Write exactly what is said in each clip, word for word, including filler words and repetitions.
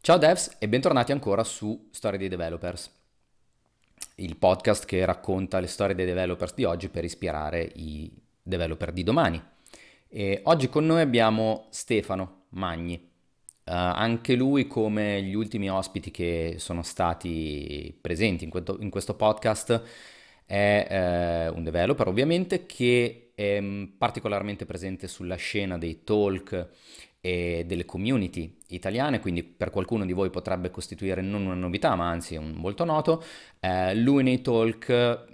Ciao devs e bentornati ancora su Storie dei Developers, il podcast che racconta le storie dei developers di oggi per ispirare i developer di domani. E oggi con noi abbiamo Stefano Magni. Eh, anche lui, come gli ultimi ospiti che sono stati presenti in questo, in questo podcast, è eh, un developer ovviamente che è mm, particolarmente presente sulla scena dei talk e delle community italiane, quindi per qualcuno di voi potrebbe costituire non una novità, ma anzi un molto noto. Eh, lui nei talk eh,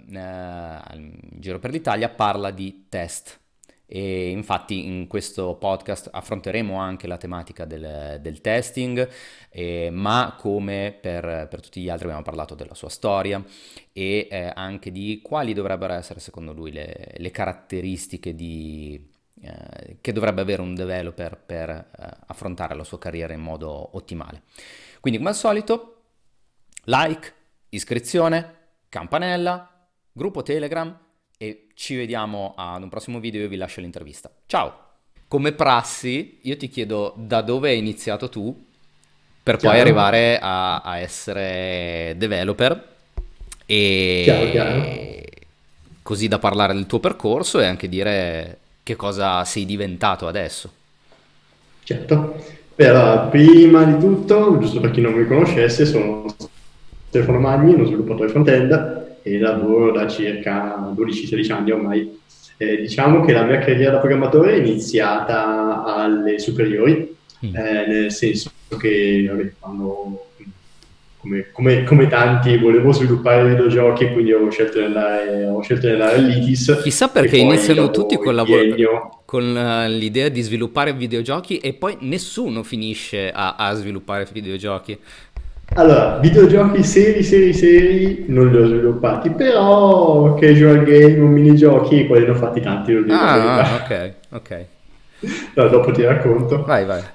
in giro per l'Italia parla di test. E infatti in questo podcast affronteremo anche la tematica del, del testing, eh, ma come per, per tutti gli altri abbiamo parlato della sua storia e eh, anche di quali dovrebbero essere secondo lui le, le caratteristiche di, eh, che dovrebbe avere un developer per eh, affrontare la sua carriera in modo ottimale. Quindi come al solito, like, iscrizione, campanella, gruppo Telegram e ci vediamo ad un prossimo video. Io vi lascio l'intervista. Ciao! Come prassi, io ti chiedo da dove hai iniziato tu per poi Chiaro, arrivare a, a essere developer chiaro, chiaro, e così da parlare del tuo percorso e anche dire che cosa sei diventato adesso. certo. Beh, allora, prima di tutto, giusto per chi non mi conoscesse, sono Stefano Magni, uno sviluppatore front-end e lavoro da circa dodici sedici anni ormai. Eh, diciamo che la mia carriera da programmatore è iniziata alle superiori, Mm. eh, nel senso che vabbè, quando, come, come- come tanti, volevo sviluppare videogiochi e quindi ho scelto di andare, ho scelto di andare all'I T I S Chissà e perché poi iniziano tutti dopo con, il lavoro- biennio. con eh, l'idea di sviluppare videogiochi e poi nessuno finisce a, a sviluppare videogiochi. Allora, videogiochi seri, seri, seri non li ho sviluppati, però casual game o minigiochi, quelli ne ho fatti tanti, lo dico la Ah, ah, verità. ok, ok. No, dopo ti racconto. Vai, vai.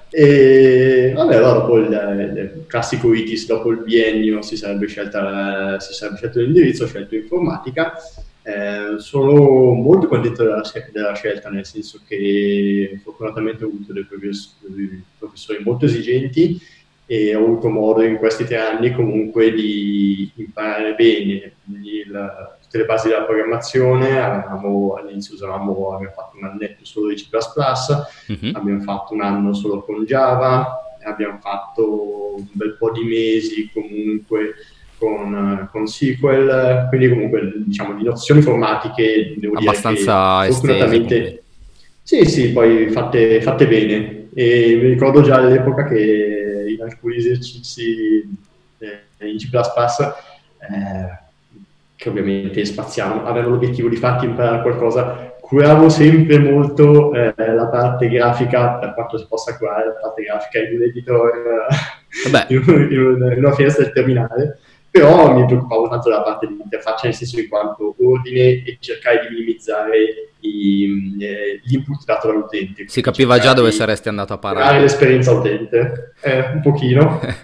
E vabbè, allora dopo il, il classico I T I S, dopo il biennio si sarebbe scelta, si sarebbe scelto l'indirizzo, ho scelto informatica. Eh, sono molto contento della, della scelta, nel senso che fortunatamente ho avuto dei profes- dei professori molto esigenti e ho avuto modo in questi tre anni comunque di imparare bene il- tutte le basi della programmazione. Avevamo, all'inizio usavamo, abbiamo fatto un annetto solo di C plus plus, Mhm. abbiamo fatto un anno solo con Java, abbiamo fatto un bel po' di mesi comunque con, con S Q L, quindi comunque diciamo di nozioni informatiche devo dire che Abbastanza estese, complete. fortunatamente sì, sì, poi fatte, fatte bene. E mi ricordo già all'epoca che in alcuni esercizi eh, in C plus plus, eh, che ovviamente spaziavano, avevano l'obiettivo di farti imparare qualcosa, curavo sempre molto eh, la parte grafica, per quanto si possa curare la parte grafica in un editor, Vabbè, in, un- in un- in una finestra del terminale, però mi preoccupavo tanto della parte di interfaccia, nel senso di quanto ordine e cercare di minimizzare i, eh, gli input dato dall'utente, si quindi capiva già cercare dove di saresti andato a curare parare. l'esperienza utente, eh, un pochino.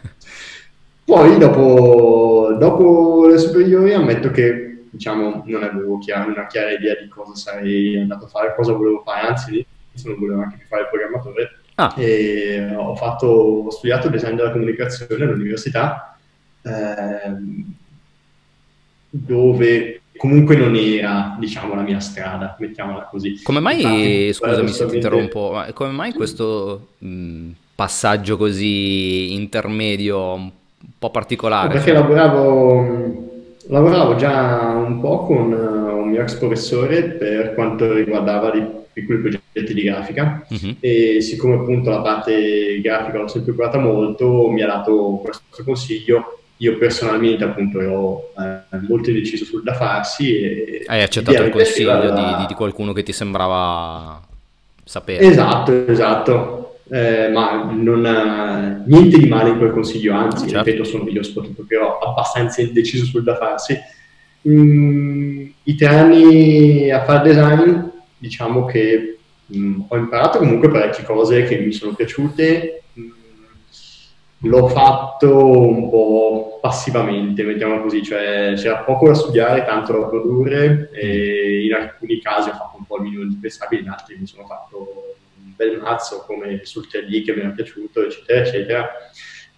Poi dopo, dopo le superiori ammetto che diciamo, non avevo chiara- una chiara idea di cosa sarei andato a fare, cosa volevo fare, anzi all'inizio non volevo anche più fare il programmatore. Ah, E ho, fatto, ho studiato design della comunicazione all'università, ehm, dove comunque non era, diciamo, la mia strada, mettiamola così. come Infatti, mai, scusami se ti paradossalmente, interrompo, ma come mai questo mh, passaggio così intermedio un po' no, particolare? perché Cioè, lavoravo, lavoravo già un po' con eh, un mio ex professore per quanto riguardava dei piccoli progetti di grafica mhm. e siccome appunto la parte grafica l'ho sempre curata molto, mi ha dato questo consiglio. Io personalmente appunto ero eh, molto indeciso sul da farsi e Hai accettato l'idea il mi piaceva. consiglio di, di- di Allora qualcuno che ti sembrava sapere. esatto, esatto. Eh, ma non, eh, niente di male in quel consiglio, Ah, anzi, certo. ripeto, sono io soprattutto che ero abbastanza indeciso sul da farsi. Mm, I tre anni a fare design, diciamo che mm, ho imparato comunque parecchie cose che mi sono piaciute. Mm, l'ho fatto un po' passivamente, mettiamo così, cioè c'era poco da studiare, tanto da produrre Mm. e in alcuni casi ho fatto un po' il minimo indispensabile, in altri mi sono fatto un bel mazzo come sul tre D che mi era piaciuto, eccetera, eccetera.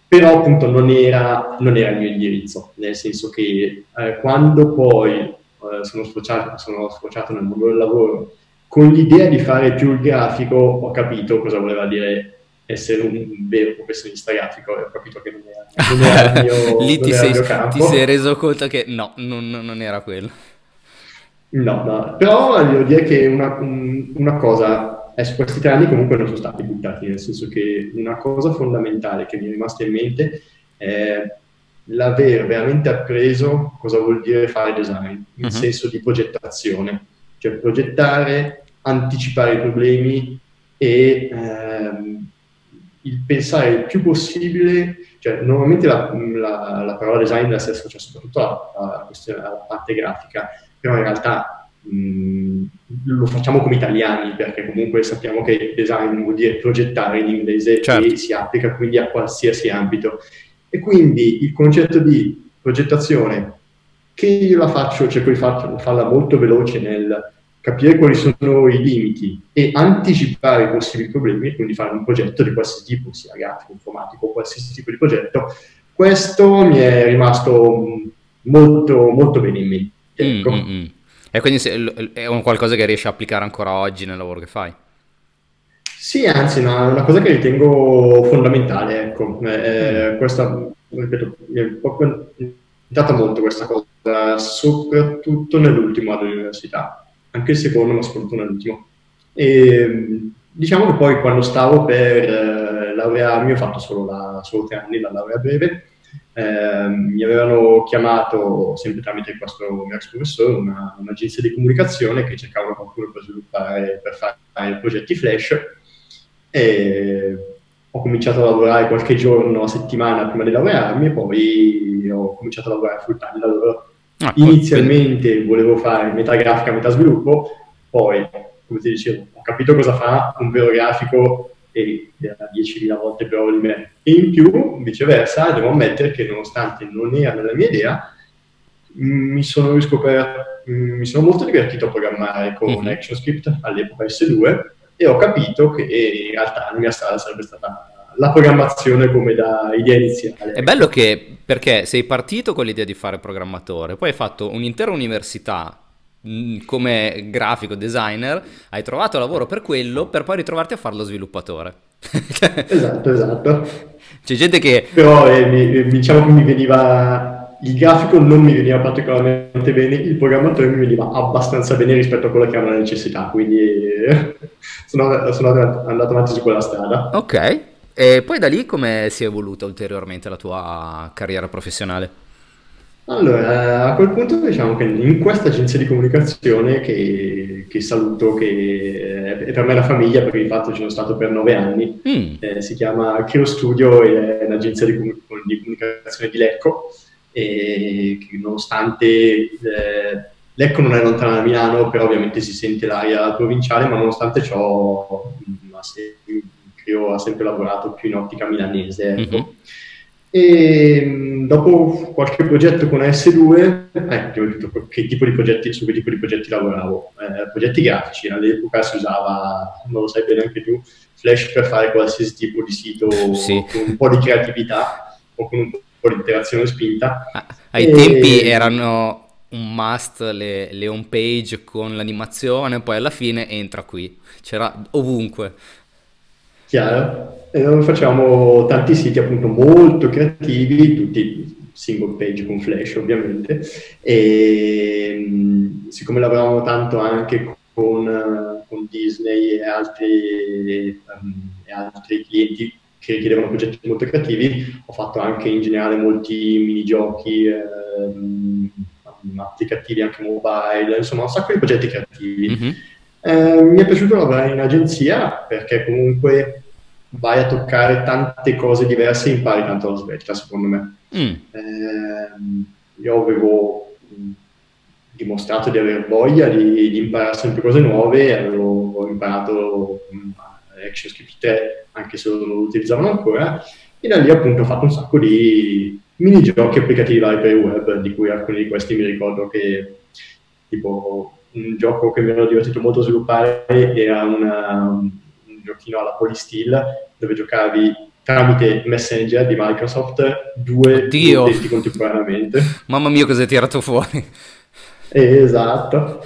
però appunto non era, non era il mio indirizzo, nel senso che eh, quando poi eh, sono sfociato, sono sfociato nel mondo del lavoro con l'idea di fare più il grafico, ho capito cosa voleva dire essere un vero professionista grafico e ho capito che non era, non era il mio, Lì non ti era il sei, mio ti sei campo. reso conto che no, non, non era quello. No, no, però devo dire che una, un- una cosa, adesso questi tre anni comunque non sono stati buttati, nel senso che una cosa fondamentale che mi è rimasta in mente è l'aver veramente appreso cosa vuol dire fare design, in Mhm. senso di progettazione, cioè progettare, anticipare i problemi e ehm, il pensare il più possibile, cioè normalmente la, la, la parola design deve essere associata soprattutto alla, alla questione- alla parte grafica, però in realtà mh, lo facciamo come italiani, perché comunque sappiamo che design vuol dire progettare in inglese Certo. e si applica quindi a qualsiasi ambito. E quindi il concetto di progettazione, che io la faccio, cerco di farla, farla molto veloce nel capire quali sono i limiti e anticipare i possibili problemi, quindi fare un progetto di qualsiasi tipo, sia grafico, informatico, qualsiasi tipo di progetto, questo mi è rimasto molto, molto bene in mente. Mm, mm, Ecco. mm. E quindi se- è un qualcosa che riesci a applicare ancora oggi nel lavoro che fai? Sì, anzi, no, è una cosa che ritengo fondamentale, ecco. Mm. Eh, questa, ripeto, mi è proprio aiutata molto questa cosa, soprattutto nell'ultimo anno dell'università, anche il secondo, ma soprattutto nell'ultimo. E, diciamo che poi quando stavo per eh, laurearmi, ho fatto solo, la, solo tre anni la laurea breve, eh, mi avevano chiamato, sempre tramite questo mio ex professore, una, un'agenzia di comunicazione che cercavano qualcuno per sviluppare, per fare progetti flash e ho cominciato a lavorare qualche giorno a settimana prima di laurearmi e poi ho cominciato a lavorare full time da loro. Ah, cool. Quindi, Inizialmente volevo fare metà grafica, metà sviluppo, poi, come ti dicevo, ho capito cosa fa un vero grafico e era diecimila volte più bravo di me. E in più, viceversa, devo ammettere che nonostante non era nella mia idea, mi sono riscoperto, mi sono molto divertito a programmare con mhm. ActionScript all'epoca S due e ho capito che in realtà la mia strada sarebbe stata la programmazione come da idea iniziale, È bello ecco. che perché sei partito con l'idea di fare programmatore, poi hai fatto un'intera università mh, come grafico designer, hai trovato lavoro per quello, per poi ritrovarti a fare lo sviluppatore. Cioè, Esatto, esatto. c'è gente che Però eh, mi- eh, diciamo che mi veniva, il grafico non mi veniva particolarmente bene, il programmatore mi veniva abbastanza bene rispetto a quello che era la necessità, quindi eh, sono, sono andato avanti su quella strada. ok, e poi da lì come si è evoluta ulteriormente la tua carriera professionale? Allora, a quel punto diciamo che in questa agenzia di comunicazione che, che saluto, che è per me la famiglia, perché di fatto ci sono stato per nove anni, Mm, eh, si chiama Creo Studio e è un'agenzia di, comu- di comunicazione di Lecco, e che nonostante eh, Lecco non è lontana da Milano, però ovviamente si sente l'aria provinciale, ma nonostante ciò ma se- Creo ha sempre lavorato più in ottica milanese, mhm. ecco. E mh, dopo qualche progetto con S due, eh, ti ho detto che tipo di progetti, su che tipo di progetti lavoravo. Eh, progetti grafici, all'epoca si usava, non lo sai bene anche tu, Flash per fare qualsiasi tipo di Sì. sito con un po' di creatività o con un po' di interazione spinta. A- Ai tempi E, erano un must le, le home page con l'animazione, poi alla fine entra qui, c'era ovunque. chiaro? E noi facciamo tanti siti appunto molto creativi, tutti single page con Flash ovviamente, e mh, siccome lavoravamo tanto anche con, eh, con Disney e altri, um, e altri clienti che richiedevano progetti molto creativi, ho fatto anche in generale molti minigiochi, ehm, applicativi anche mobile, insomma un sacco di progetti creativi. Mhm. Eh, mi è piaciuto lavorare in agenzia perché comunque vai a toccare tante cose diverse e impari tanto alla svelta, secondo me. Mm. Eh, io avevo mh, dimostrato di aver voglia di, di imparare sempre cose nuove, e avevo ho imparato mh, ActionScript tre, anche se non lo utilizzavano ancora, e da lì appunto ho fatto un sacco di minigiochi applicativi vari per il web, di cui alcuni di questi mi ricordo che tipo un gioco che mi ero divertito molto a sviluppare era una, un giochino alla Polysteel dove giocavi tramite Messenger di Microsoft due due Oddio, utenti contemporaneamente. mamma mia cosa hai tirato fuori. Esatto.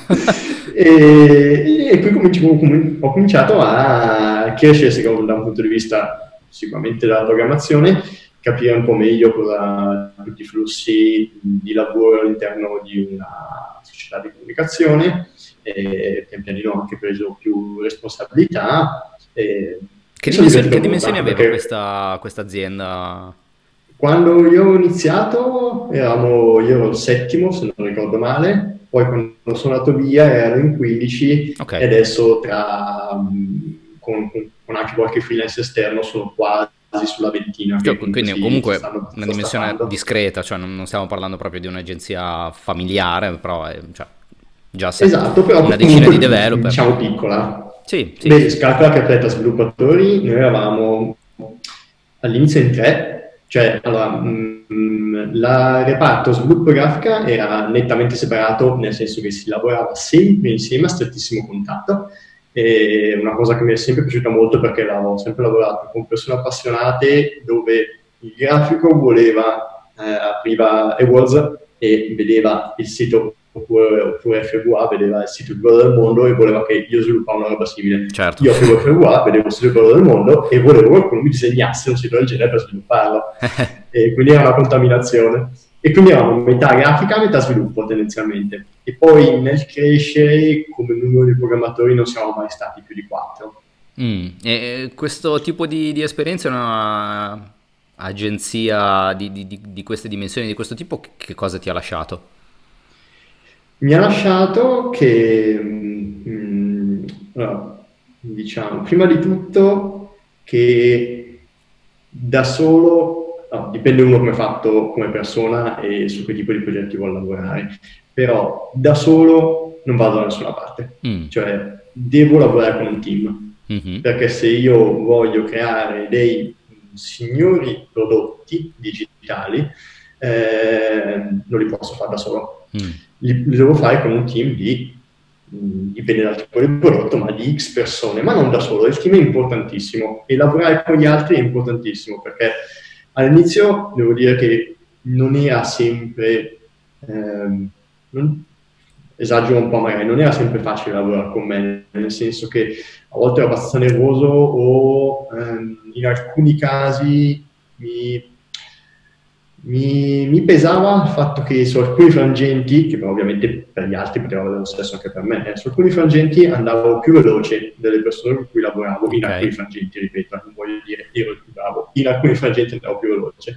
E, e poi cominci- com- ho cominciato a crescere secondo, da un punto di vista sicuramente della programmazione, capire un po' meglio cosa tutti i flussi di lavoro all'interno di una società di comunicazione, e pian pianino ho anche preso più responsabilità. E Che, mi sono dimensioni, divertito che molto dimensioni anche aveva perché questa, questa azienda? quando io ho iniziato eravamo, io ero il settimo, se non ricordo male, poi quando sono andato via erano in quindici Ok, e adesso tra, mh, con, con- con anche qualche freelance esterno sono quasi sulla ventina che Cioè, comunque quindi si, si comunque stanno una abbastanza dimensione staffando. discreta, cioè non, non stiamo parlando proprio di un'agenzia familiare, però è, cioè, già se- Esatto, però una decina di comunque developer. diciamo piccola. Sì, sì, Beh, sì. scalcola che atleta sviluppatori, noi eravamo all'inizio in tre, cioè allora, mh, la reparto sviluppo e grafica era nettamente separato, nel senso che si lavorava sempre insieme a strettissimo contatto, e una cosa che mi è sempre piaciuta molto perché ho sempre lavorato con persone appassionate dove il grafico voleva, eh, apriva AdWords e vedeva il sito, oppure, oppure F V A vedeva il sito più bello del mondo e voleva che io sviluppavo una roba simile. Certo. Io aprivo F V A, vedevo il sito più bello del mondo e volevo che qualcuno mi disegnasse un sito del genere per svilupparlo. E quindi era una contaminazione. E quindi eravamo metà grafica, metà sviluppo tendenzialmente. E poi nel crescere, come numero di programmatori, non siamo mai stati più di quattro. Mm, e questo tipo di, di esperienza è una agenzia di, di- di- di queste dimensioni, di questo tipo, che, che cosa ti ha lasciato? Mi ha lasciato che, mm, allora, diciamo, prima di tutto che da solo, no, dipende uno come è fatto come persona e su che tipo di progetti vuole lavorare, però da solo non vado da nessuna parte, Mm, cioè devo lavorare con un team, mhm, perché se io voglio creare dei signori prodotti digitali, eh, non li posso fare da solo, mm. li, li devo fare con un team di, mh, dipende dal tipo di prodotto, ma di X persone, ma non da solo. Il team è importantissimo e lavorare con gli altri è importantissimo perché all'inizio devo dire che non era sempre, ehm, non- esagero un po' magari, non era sempre facile lavorare con me, nel senso che a volte ero abbastanza nervoso o ehm, in alcuni casi mi mi, mi pesava il fatto che su alcuni frangenti, che ovviamente per gli altri poteva avere lo stesso anche per me, eh, su alcuni frangenti andavo più veloce delle persone con cui lavoravo, in Ok. alcuni frangenti, ripeto, non voglio dire ero il più bravo, in alcuni frangenti andavo più veloce.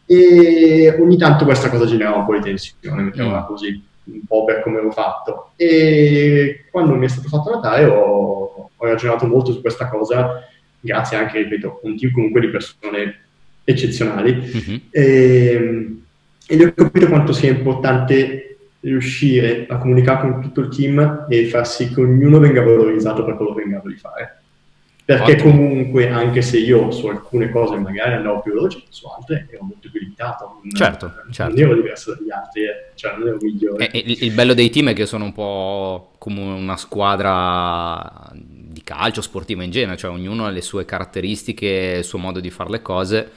E ogni tanto questa cosa generava un po' di tensione, mettiamola Mm. così, un po' per come ero fatto. E quando mi è stato fatto notare ho, ho ragionato molto su questa cosa, grazie anche, ripeto, a un team comunque di persone eccezionali. Mhm. E, e gli ho capito quanto sia importante riuscire a comunicare con tutto il team e far sì che ognuno venga valorizzato per quello che è in grado di fare. Perché Ottimo. comunque, anche se io su alcune cose magari andavo più veloce, su altre ero molto più limitato, non, Certo, non certo. ero diverso dagli altri, eh, cioè non ero E- migliore. e il, il bello dei team è che sono un po' come una squadra di calcio, sportiva in genere, cioè ognuno ha le sue caratteristiche, il suo modo di fare le cose.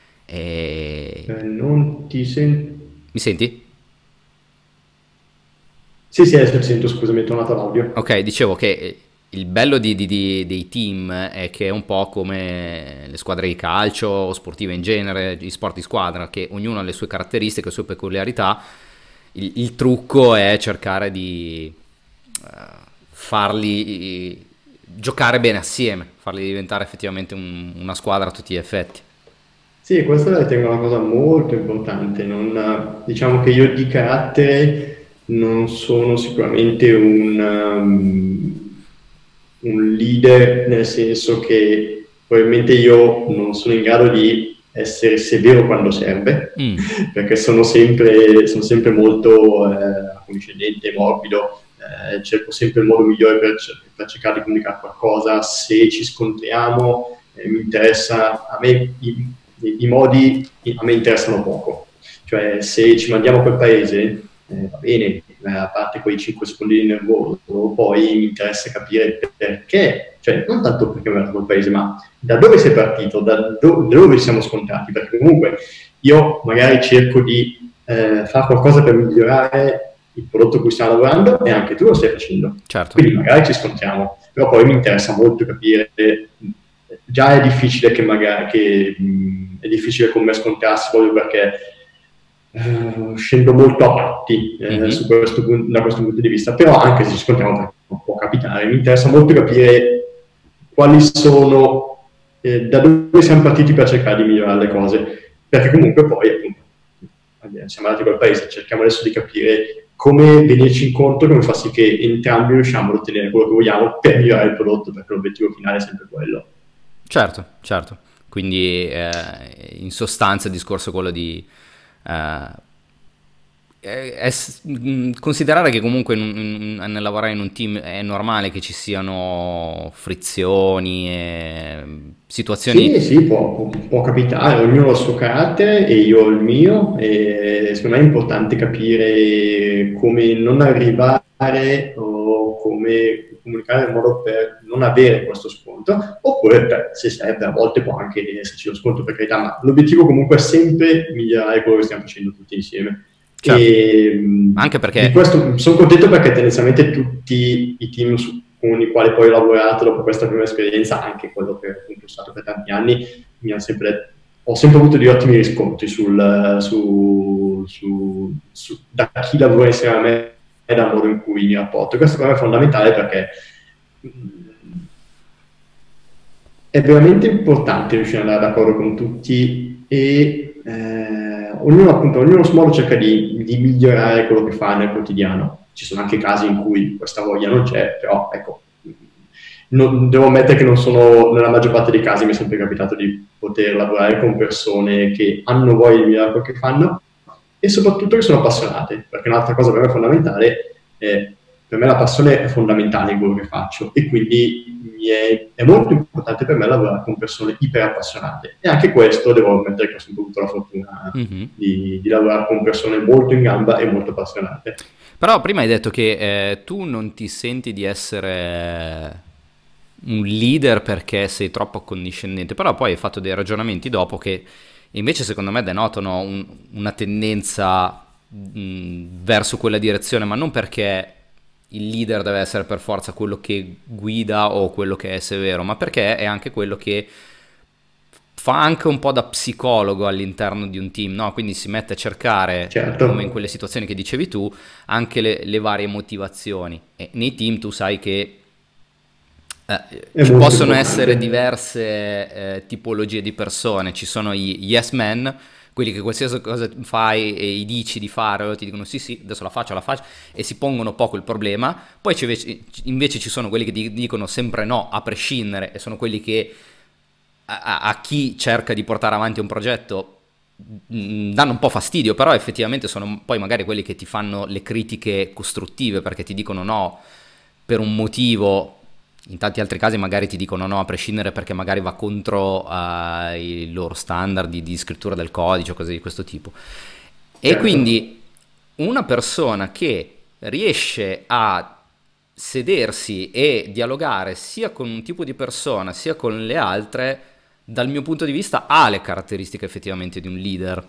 E... Eh, non ti sento... Mi senti? Sì, sì, adesso ti sento, scusami, è tornato l'audio. Ok, dicevo che il bello di- di- di- dei team è che è un po' come le squadre di calcio o sportive in genere, gli sport di squadra, che ognuno ha le sue caratteristiche, le sue peculiarità. Il, il trucco è cercare di eh, farli eh, giocare bene assieme, farli diventare effettivamente un- una squadra a tutti gli effetti. Sì, questa la ritengo una cosa molto importante. Non, diciamo che io di carattere non sono sicuramente un, um, un leader, nel senso che probabilmente io non sono in grado di essere severo quando serve, Mm, perché sono sempre, sono sempre molto eh, accondiscendente, morbido, eh, cerco sempre il modo migliore per, per cercare di comunicare qualcosa. Se ci scontriamo, eh, mi interessa, a me i, i, i modi a me interessano poco, cioè se ci mandiamo a quel paese eh, va bene, eh, a parte quei cinque secondi di nervoso, poi mi interessa capire perché, cioè non tanto perché mi ha dato quel paese, ma da dove sei partito, da, do, da dove ci siamo scontrati, perché comunque io magari cerco di eh, fare qualcosa per migliorare il prodotto cui stiamo lavorando e anche tu lo stai facendo. Certo. Quindi magari ci scontriamo, però poi mi interessa molto capire, già è difficile che magari che, mh, è difficile con me scontrarsi proprio perché uh, scendo molto a patti eh, mm-hmm. su questo, da questo punto di vista, però anche se ci scontriamo perché non può capitare, mi interessa molto capire quali sono, eh, da dove siamo partiti per cercare di migliorare le cose, perché comunque poi appunto siamo andati col paese, cerchiamo adesso di capire come venirci incontro, come fa sì che entrambi riusciamo ad ottenere quello che vogliamo per migliorare il prodotto, perché l'obiettivo finale è sempre quello. Certo, certo. Quindi eh, in sostanza il discorso è quello di eh, è, è, considerare che comunque in, in, nel lavorare in un team è normale che ci siano frizioni e situazioni... Sì, sì, può, può, può capitare, ognuno ha il suo carattere e io ho il mio, e secondo me è importante capire come non arrivare o come comunicare in modo per non avere questo scontro, oppure per, se serve, a volte può anche esserci lo scontro, per carità, ma l'obiettivo comunque è sempre migliorare quello che stiamo facendo tutti insieme. Certo. E anche perché di questo sono contento perché tendenzialmente tutti i team su, con i quali poi ho lavorato dopo questa prima esperienza, anche quello che appunto è stato per tanti anni, mi hanno sempre, ho sempre avuto degli ottimi riscontri sul, su, su, su, da chi lavora insieme a me e dal modo in cui mi rapporto. Questo per me è fondamentale perché è veramente importante riuscire ad andare d'accordo con tutti e eh, ognuno appunto, ognuno su modo cerca di, di migliorare quello che fa nel quotidiano. Ci sono anche casi in cui questa voglia non c'è, però ecco, non, devo ammettere che non sono, nella maggior parte dei casi mi è sempre capitato di poter lavorare con persone che hanno voglia di migliorare quello che fanno e soprattutto che sono appassionate, perché un'altra cosa per me fondamentale è, per me la passione è fondamentale in quello che faccio e quindi mi è, è molto importante per me lavorare con persone iper appassionate e anche questo devo ammettere che ho sempre avuto la fortuna mm-hmm. di, di lavorare con persone molto in gamba e molto appassionate. Però prima hai detto che eh, tu non ti senti di essere un leader perché sei troppo accondiscendente, però poi hai fatto dei ragionamenti dopo che invece secondo me denotano un, una tendenza mh, verso quella direzione, ma non perché il leader deve essere per forza quello che guida o quello che è severo, ma perché è anche quello che fa anche un po' da psicologo all'interno di un team, no? Quindi si mette a cercare, certo. come in quelle situazioni che dicevi tu, anche le, le varie motivazioni. E nei team tu sai che eh, ci possono essere diverse eh, tipologie di persone. Ci sono gli yes men, quelli che qualsiasi cosa fai e gli dici di fare, loro ti dicono sì sì, adesso la faccio, la faccio, e si pongono poco il problema. Poi invece, invece ci sono quelli che dicono sempre no, a prescindere, e sono quelli che a, a chi cerca di portare avanti un progetto mh, danno un po' fastidio, però effettivamente sono poi magari quelli che ti fanno le critiche costruttive, perché ti dicono no per un motivo. In tanti altri casi magari ti dicono no a prescindere perché magari va contro uh, i loro standard di, di scrittura del codice o cose di questo tipo. E certo. Quindi una persona che riesce a sedersi e dialogare sia con un tipo di persona sia con le altre, dal mio punto di vista ha le caratteristiche effettivamente di un leader.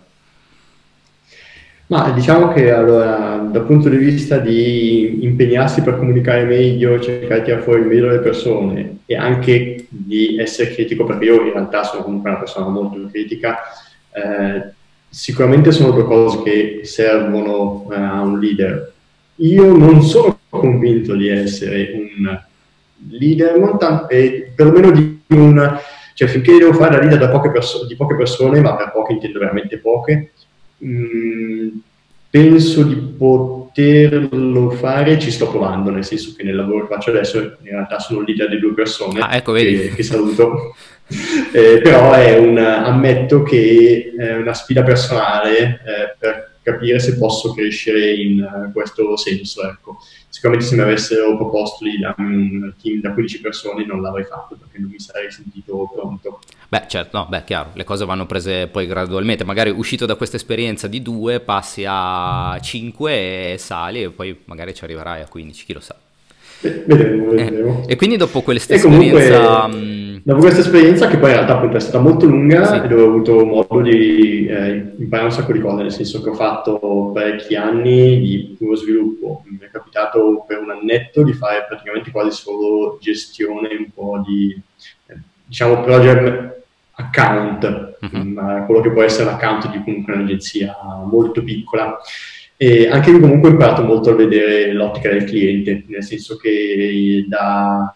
Ma diciamo che allora, dal punto di vista di impegnarsi per comunicare meglio, cercare di tirare fuori meglio le persone e anche di essere critico, perché io in realtà sono comunque una persona molto critica, eh, sicuramente sono due cose che servono eh, a un leader. Io non sono convinto di essere un leader, non tanto, eh, perlomeno di un... cioè finché devo fare la leader da poche perso- di poche persone, ma per poche intendo veramente poche, Mm, penso di poterlo fare, ci sto provando, nel senso che nel lavoro che faccio adesso in realtà sono il leader di due persone ah, ecco, che, che saluto eh, però è un, ammetto che è una sfida personale eh, per capire se posso crescere in uh, questo senso, ecco. Sicuramente se mi avessero proposto di darmi un team da quindici persone non l'avrei fatto perché non mi sarei sentito pronto. Beh, certo, no, beh, chiaro, le cose vanno prese poi gradualmente, magari uscito da questa esperienza di due passi a cinque e sali e poi magari ci arriverai a quindici, chi lo sa. Beh, vedremo, Eh, vedremo. E quindi dopo questa E esperienza, comunque, mh, dopo questa esperienza, che poi in realtà appunto è stata molto lunga sì. e dove ho avuto modo di eh, imparare un sacco di cose, nel senso che ho fatto parecchi anni di puro sviluppo. Mi è capitato per un annetto di fare praticamente quasi solo gestione, un po' di, eh, diciamo, project account, Mhm. mh, quello che può essere l'account di comunque un'agenzia molto piccola. E anche lì comunque ho imparato molto a vedere l'ottica del cliente, nel senso che da,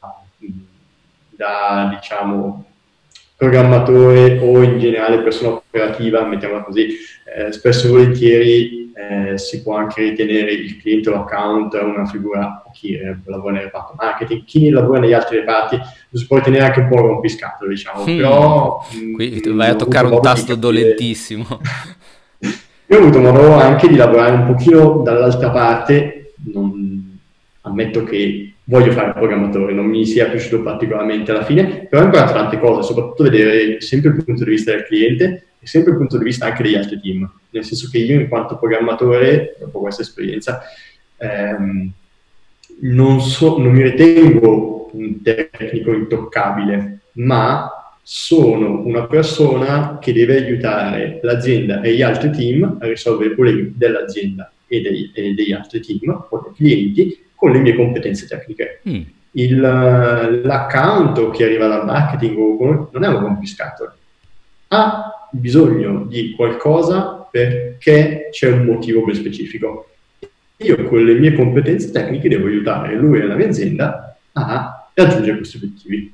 da diciamo, programmatore o in generale persona operativa, mettiamola così, eh, spesso e volentieri eh, si può anche ritenere il cliente o l'account una figura, o chi eh, lavora nel reparto marketing, chi lavora negli altri reparti, lo si può ritenere anche un po' rompiscatole, diciamo, Mm, però Qui mh, vai a ho toccare avuto un modo di tasto capire. dolentissimo. Io ho avuto modo anche di lavorare un pochino dall'altra parte, non, ammetto che voglio fare il programmatore, non mi sia piaciuto particolarmente alla fine, però ho imparato tante cose, soprattutto vedere sempre il punto di vista del cliente e sempre il punto di vista anche degli altri team, nel senso che io in quanto programmatore, dopo questa esperienza, ehm, non, so, non mi ritengo un tecnico intoccabile, ma sono una persona che deve aiutare l'azienda e gli altri team a risolvere i problemi dell'azienda e, dei, e degli altri team o dei clienti con le mie competenze tecniche. Mm, Il, l'account o chi arriva dal marketing o, non è un rompiscatole, ha bisogno di qualcosa perché c'è un motivo ben specifico. Io con le mie competenze tecniche devo aiutare lui e la mia azienda a raggiungere questi obiettivi.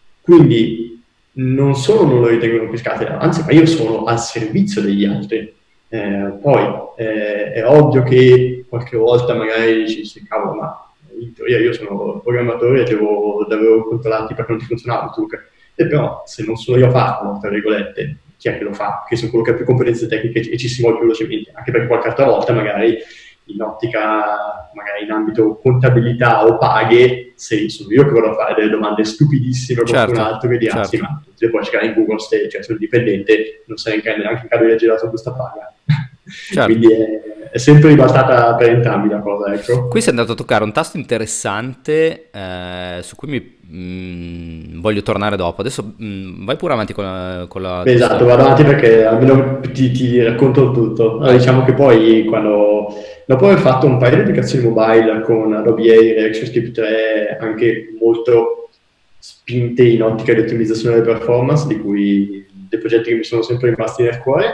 Quindi non solo non lo ritengo rompiscatole, anzi, ma io sono al servizio degli altri. Eh, poi eh, è ovvio che qualche volta magari dici, sì, cavolo, ma in teoria io sono programmatore e devo davvero controllarti perché non ti funzionava il trucco. E però se non sono io a farlo, tra virgolette, chi è che lo fa? Che sono quello che ha più competenze tecniche e ci si muove più velocemente, anche perché qualche altra volta magari in ottica, magari in ambito contabilità o paghe, se sono io che vado a fare delle domande stupidissime a qualcun certo, altro che dirà, ah, sì, certo, ma tu le puoi cercare in Google, se cioè, sei un dipendente, non sei neanche in grado di leggere la tua busta paga. certo. Quindi è, è sempre ribaltata per entrambi la cosa, Qui ecco. sei andato a toccare un tasto interessante eh, su cui mi, mm, voglio tornare dopo. Adesso mm, vai pure avanti con la, con la Beh, tua esatto, storia. vado avanti perché almeno ti, ti racconto tutto. Allora, Vai. diciamo che poi quando, dopo aver fatto un paio di applicazioni mobile con Adobe Air e ActionScript tre, anche molto spinte in ottica di ottimizzazione delle performance, di cui dei progetti che mi sono sempre rimasti nel cuore,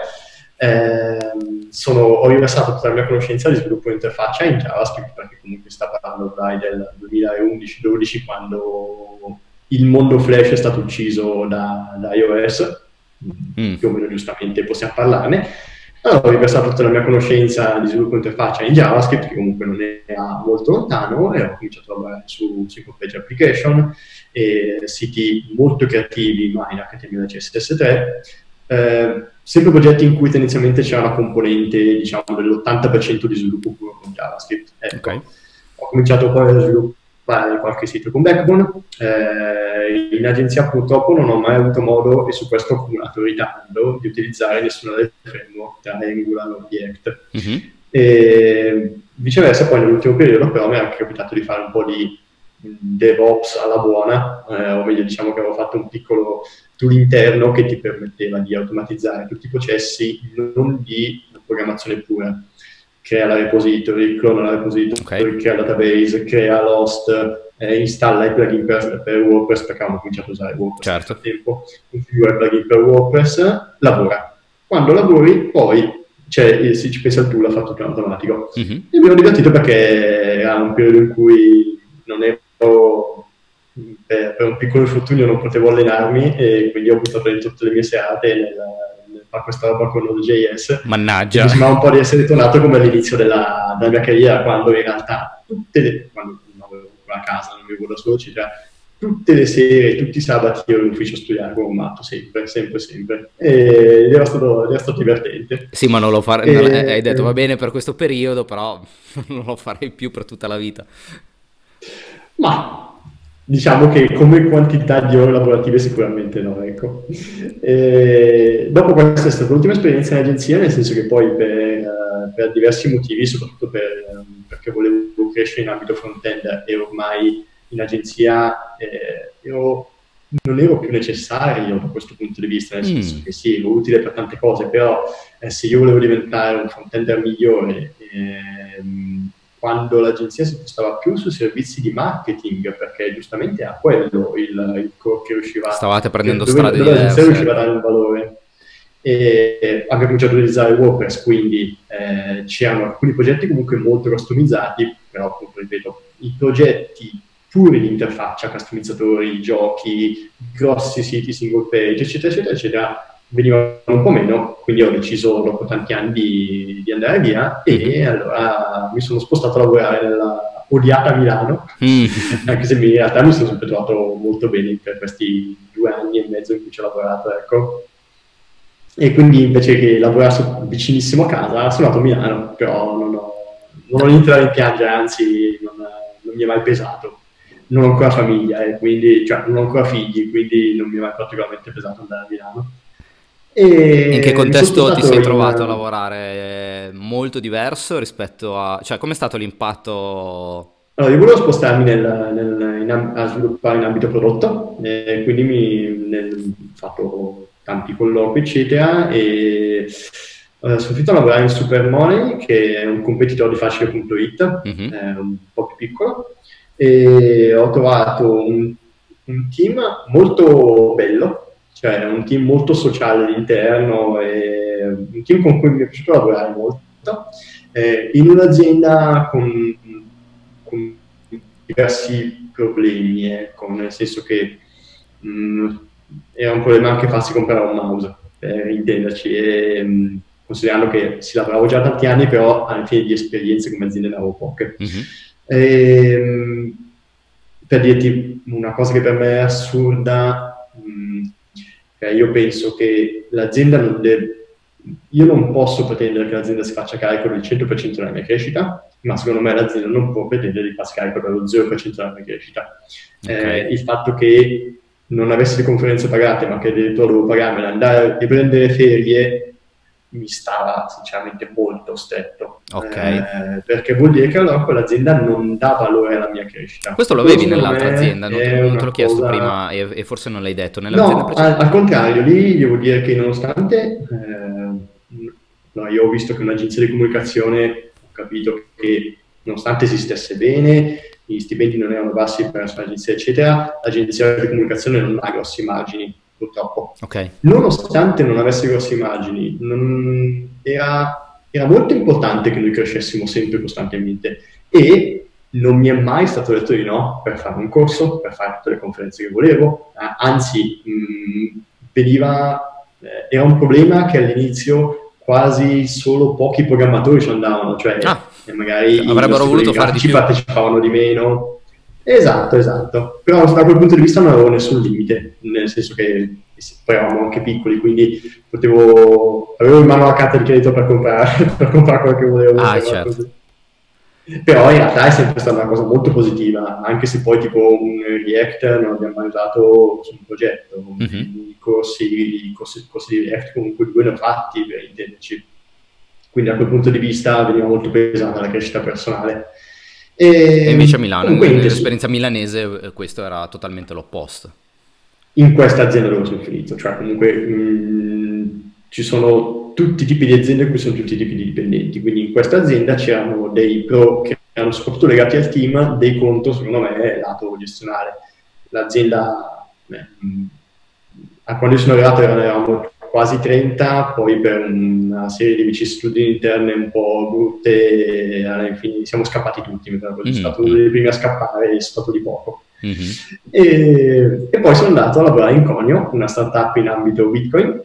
ehm, sono, ho riversato tutta la mia conoscenza di sviluppo di interfaccia in JavaScript, perché comunque sta parlando dai del duemilaundici dodici, quando il mondo Flash è stato ucciso da, da iOS, Mm, più o meno giustamente possiamo parlarne. Allora ho riversato tutta la mia conoscenza di sviluppo interfaccia in JavaScript, che comunque non era molto lontano, e ho cominciato a lavorare su single page application, e siti molto creativi, ma in H T M L e C S S tre, eh, sempre progetti in cui tendenzialmente c'era una componente, diciamo, dell'ottanta per cento di sviluppo puro con JavaScript. ok. Ecco, ho cominciato poi a sviluppare qualche sito con Backbone. Eh, in agenzia purtroppo non ho mai avuto modo, e su questo ho accumulato ritardo, di utilizzare nessuna delle framework tra Angular o React. Mhm. E viceversa, poi nell'ultimo periodo però mi è anche capitato di fare un po' di DevOps alla buona, eh, o meglio diciamo che avevo fatto un piccolo tool interno che ti permetteva di automatizzare tutti i processi non di programmazione pura. Crea la repository, clona la repository, Ok, crea il database, crea l'host, eh, installa i plugin per, per WordPress, perché avevamo cominciato a usare WordPress nel certo. frattempo, configura il plugin per WordPress, lavora. Quando lavori poi cioè, si ci pensa il tool, l'ha fatto tutto in automatico. Mhm. E mi ero divertito perché era un periodo in cui non ero, per, per un piccolo infortunio non potevo allenarmi, e quindi ho buttato dentro tutte le mie serate nel, nel fare questa roba con Node.js, e Mannaggia. mi sembrava un po' di essere tornato come all'inizio della, della mia carriera, quando in realtà tutte le, quando non avevo la casa, non vivevo da solo, cioè, tutte le sere, tutti i sabati ero in ufficio a studiare come un matto, sempre, sempre, sempre. Ed era stato, era stato divertente. Sì, ma non lo farei. Non- eh, hai E, detto va bene per questo periodo, però non lo farei più per tutta la vita. ma diciamo che come quantità di ore lavorative sicuramente no, ecco. E dopo questa è stata l'ultima esperienza in agenzia, nel senso che poi per, per diversi motivi, soprattutto per, perché volevo crescere in ambito front-end e ormai in agenzia eh, ero, non ero più necessario da questo punto di vista, nel Mm. senso che sì, ero utile per tante cose, però eh, se io volevo diventare un front-ender migliore, ehm, quando l'agenzia si spostava più su servizi di marketing, perché giustamente era quello il, il core che riusciva, Stavate prendendo dove, strade dove l'agenzia diverse. riusciva a dare un valore. E abbiamo cominciato a utilizzare WordPress, quindi eh, c'erano alcuni progetti comunque molto customizzati, però appunto ripeto, i progetti puri di interfaccia, customizzatori, giochi, grossi siti single page, eccetera, eccetera, eccetera, venivano un po' meno, quindi ho deciso dopo tanti anni di, di andare via e Mhm. allora mi sono spostato a lavorare nella odiata Milano, Mm. anche se in realtà mi sono sempre trovato molto bene per questi due anni e mezzo in cui ci ho lavorato, ecco. E quindi invece che lavorare vicinissimo a casa sono andato a Milano, però non ho, non ho niente da rimpiangere, anzi non, non mi è mai pesato. Non ho ancora famiglia, e quindi, cioè non ho ancora figli, quindi non mi è mai particolarmente pesato andare a Milano. In che E mi sono contesto ti spostato sei in... trovato a lavorare? Molto diverso rispetto a... Cioè, com'è stato l'impatto? Allora, io volevo spostarmi nel, nel, in am- a sviluppare in ambito prodotto, e quindi mi nel- ho fatto tanti colloqui, eccetera, e eh, sono finito a lavorare in Supermoney, che è un competitor di Facile punto it, Mhm. è un po' più piccolo, e ho trovato un, un team molto bello, cioè un team molto sociale all'interno, e un team con cui mi è piaciuto lavorare molto, eh, in un'azienda con, con diversi problemi, ecco, nel senso che mh, era un problema anche farsi comprare un mouse, per intenderci, e, mh, considerando che si lavoravo già tanti anni, però alla fine di esperienze come azienda ne avevo poche. Mhm. E, mh, per dirti una cosa che per me è assurda, mh, cioè io penso che l'azienda non deve... Io non posso pretendere che l'azienda si faccia carico del cento per cento della mia crescita, ma secondo me l'azienda non può pretendere di farsi carico dello zero per cento della mia crescita. Ok. Eh, il fatto che non avessi le conferenze pagate, ma che addirittura dovevo pagarmele, andare a prendere ferie, mi stava sinceramente molto stretto. Ok. Eh, perché vuol dire che allora quell'azienda non dà valore alla mia crescita. Questo lo Quello avevi secondo nell'altra me azienda, non te, è non te una l'ho chiesto cosa... prima e, e forse non l'hai detto. Nell'azienda No, al, precedente? al contrario, lì devo dire che nonostante eh, no, io ho visto che un'agenzia di comunicazione, ho capito che nonostante esistesse bene, gli stipendi non erano bassi per un'agenzia, eccetera, l'agenzia di comunicazione non ha grossi margini, purtroppo. Ok. Nonostante non avesse grossi margini, non, era, era molto importante che noi crescessimo sempre costantemente e non mi è mai stato detto di no per fare un corso, per fare tutte le conferenze che volevo, eh, anzi mh, veniva, eh, era un problema che all'inizio quasi solo pochi programmatori ci andavano, cioè Ah, eh, magari i avrebbero nostri voluto colleghi fare di grafici più. partecipavano di meno. Esatto, esatto. Però da quel punto di vista non avevo nessun limite, nel senso che poi eravamo anche piccoli, quindi potevo, avevo in mano la carta di credito per comprare, per comprare quello che volevo. Ah, Però, certo. così. Però in realtà è sempre stata una cosa molto positiva, anche se poi tipo un React non abbiamo mai usato su un progetto, Mhm. i corsi, i corsi, i corsi di React comunque due ne ho fatti per intenderci. Quindi da quel punto di vista veniva molto pesante la crescita personale. E, E invece a Milano, comunque, niente, nell'esperienza milanese, eh, questo era totalmente l'opposto. in questa azienda dove sono finito, cioè comunque mh, ci sono tutti i tipi di aziende in cui sono tutti i tipi di dipendenti, quindi in questa azienda c'erano dei pro che erano soprattutto legati al team, dei contro secondo me lato gestionale. L'azienda, beh, mh, a quando io sono arrivato eravamo quasi trenta, poi per una serie di vicissitudini interne un po' brutte, alla fine siamo scappati tutti, mi sono Mm, stato uno mm. dei primi a scappare e è stato di poco. Mhm. E, e poi sono andato a lavorare in Conio, una startup in ambito Bitcoin,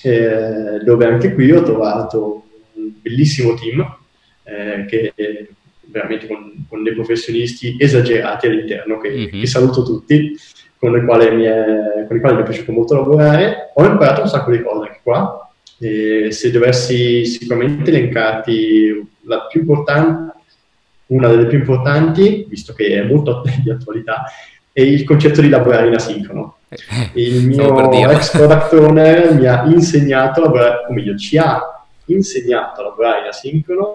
eh, dove anche qui ho trovato un bellissimo team, eh, che veramente con, con dei professionisti esagerati all'interno, che, Mhm. che saluto tutti, con i, quali mi è, con i quali mi è piaciuto molto lavorare. Ho imparato un sacco di cose anche qua, e se dovessi sicuramente elencarti la più importante, una delle più importanti, visto che è molto di attualità, è il concetto di lavorare in asincrono. Il Stavo per mio dirlo. ex product owner mi ha insegnato a lavorare, o meglio, ci ha insegnato a lavorare in asincrono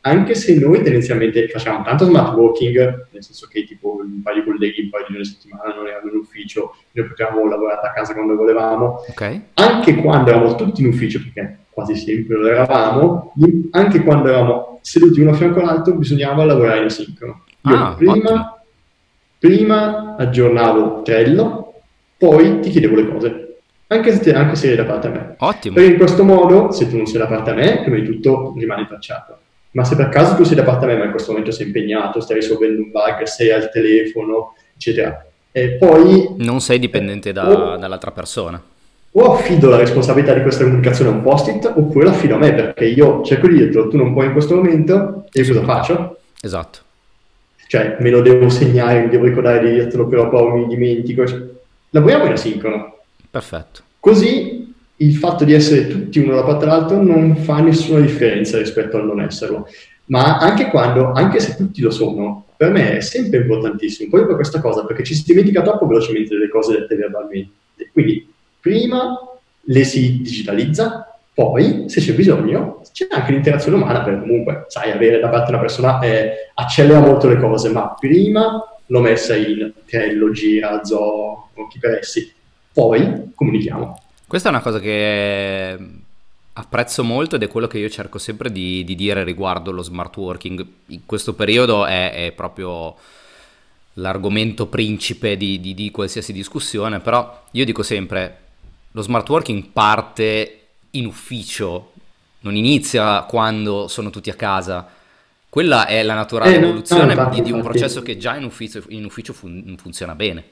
anche se noi tendenzialmente facciamo tanto smart working, nel senso che tipo un paio di colleghi un paio di giorni a settimana non erano in ufficio, noi potevamo lavorare da casa quando volevamo, Ok. anche quando eravamo tutti in ufficio, perché quasi sempre lo eravamo, anche quando eravamo seduti uno a fianco all'altro bisognava lavorare in asincrono. Io Ah, prima, ottimo. prima aggiornavo Trello, poi ti chiedevo le cose, anche se, te- anche se eri da parte a me. Ottimo. Perché in questo modo, se tu non sei da parte a me, prima di tutto rimani tracciato. Ma se per caso tu sei da parte a me, ma in questo momento sei impegnato, stai risolvendo un bug, sei al telefono, eccetera, e poi Non sei eh, dipendente da- o, dall'altra persona. o affido la responsabilità di questa comunicazione a un post-it, oppure l'affido a me, perché io cerco di dirtelo, tu non puoi in questo momento, e io cosa Assolutamente. faccio? Esatto. Cioè, me lo devo segnare, mi devo ricordare di dirtelo, però poi mi dimentico. Cioè, lavoriamo in asincrono. Perfetto. Così il fatto di essere tutti uno da parte all'altro non fa nessuna differenza rispetto al non esserlo. Ma anche quando, anche se tutti lo sono, per me è sempre importantissimo, proprio per questa cosa, perché ci si dimentica troppo velocemente delle cose dette verbalmente. Quindi, prima le si digitalizza, poi, se c'è bisogno, c'è anche l'interazione umana, perché comunque, sai, avere da parte una persona eh, accelera molto le cose, ma prima l'ho messa in Trello, Gira, Zoho, o chi per essi, poi comunichiamo. Questa è una cosa che apprezzo molto ed è quello che io cerco sempre di, di dire riguardo lo smart working. In questo periodo è, è proprio l'argomento principe di, di- di qualsiasi discussione, però io dico sempre, lo smart working parte in ufficio, non inizia quando sono tutti a casa. Quella è la naturale Eh, no, no, evoluzione infatti, di, di un infatti. processo che già in ufficio, in ufficio fun- funziona bene.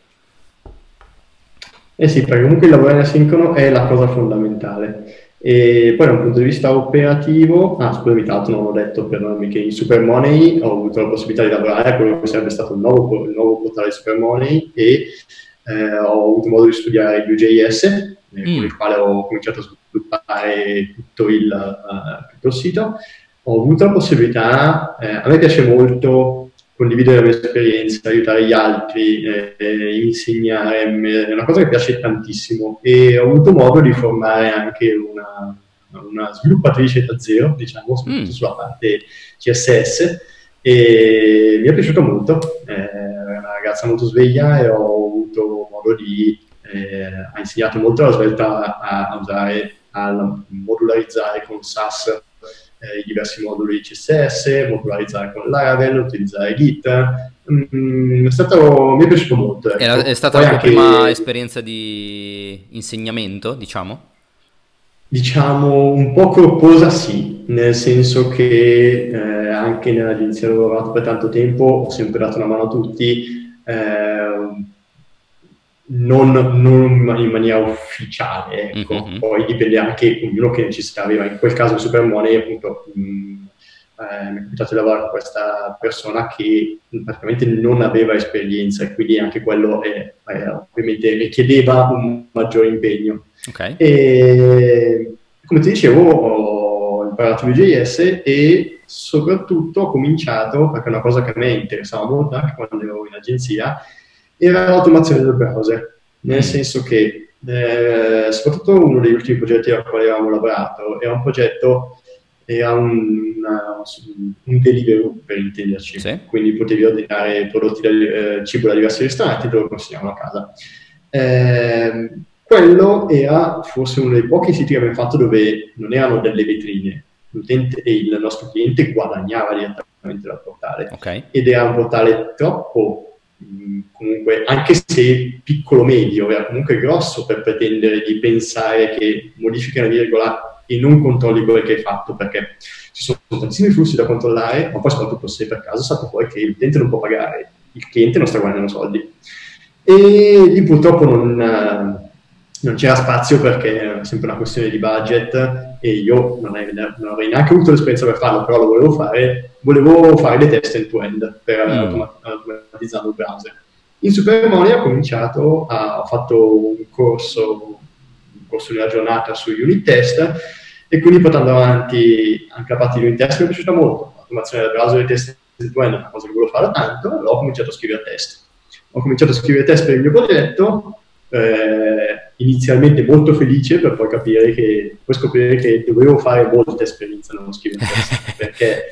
Eh sì, perché comunque il lavoro in asincrono è la cosa fondamentale. E poi da un punto di vista operativo, ah scusami, tra l'altro non ho detto perdonami che in Super Money ho avuto la possibilità di lavorare a quello che sarebbe stato il nuovo, il nuovo portale Super Money e eh, ho avuto modo di studiare Vue.js, eh, con Mm, il quale ho cominciato a sviluppare tutto il, uh, tutto il sito. Ho avuto la possibilità, eh, a me piace molto condividere la mia esperienza, aiutare gli altri, eh, insegnare, è una cosa che piace tantissimo e ho avuto modo di formare anche una, una sviluppatrice da zero, diciamo, soprattutto mm. sulla parte C S S e mi è piaciuto molto, eh, è una ragazza molto sveglia e ho avuto modo di, eh, ha insegnato molto la svelta a, a usare, a modularizzare con SAS eh, i diversi moduli C S S, modularizzare con Laravel, utilizzare Git. Mm, è stato, mi è piaciuto molto. È, la- è Ecco. stata Poi la tua prima anche, esperienza di insegnamento, diciamo? diciamo, un po' corposa sì, nel senso che eh, anche nell'agenzia dove ho lavorato per tanto tempo ho sempre dato una mano a tutti, eh, non, non in maniera ufficiale, ecco. Mhm. Poi dipende anche ognuno che necessità aveva. In quel caso Super Money, appunto, mh, eh, mi è capitato di lavorare con questa persona che praticamente non aveva esperienza e quindi anche quello è, è, ovviamente richiedeva un maggiore impegno. Ok. E come ti dicevo, ho imparato Vue.js e soprattutto ho cominciato, perché è una cosa che a me interessava molto anche quando ero in agenzia, era l'automazione del browser, nel Mm. senso che eh, soprattutto uno degli ultimi progetti al quale avevamo lavorato era un progetto, era un, una- un Deliveroo per intenderci, Sì. quindi potevi ordinare prodotti da, eh, cibo da diversi ristoranti e te lo consegnavano a casa. Eh, quello era forse uno dei pochi siti che abbiamo fatto dove non erano delle vetrine, l'utente e il nostro cliente guadagnava direttamente dal portale Ok. ed era un portale troppo mh, comunque, anche se piccolo-medio, era comunque grosso per pretendere di pensare che modifichi una virgola e non controlli quello che hai fatto, perché ci sono tantissimi flussi da controllare, ma poi soprattutto se per caso sapete poi che l'utente non può pagare, il cliente non sta guadagnando soldi. E lì purtroppo non, non c'era spazio perché era sempre una questione di budget e io non, è, non avrei neanche avuto l'esperienza per farlo, però lo volevo fare, volevo fare dei test end-to-end per Mm. automa- automatizzare il browser. In Supermoney ho cominciato, a, ho fatto un corso, un corso di una giornata su unit test e quindi portando avanti anche la parte di unit test mi è piaciuta molto, l'automazione del browser e test end-to-end è una cosa che volevo fare da tanto, allora ho cominciato a scrivere test. Ho cominciato a scrivere test per il mio progetto, eh, inizialmente molto felice per poi capire che, poi scoprire che dovevo fare molte esperienze nello scrivere test, perché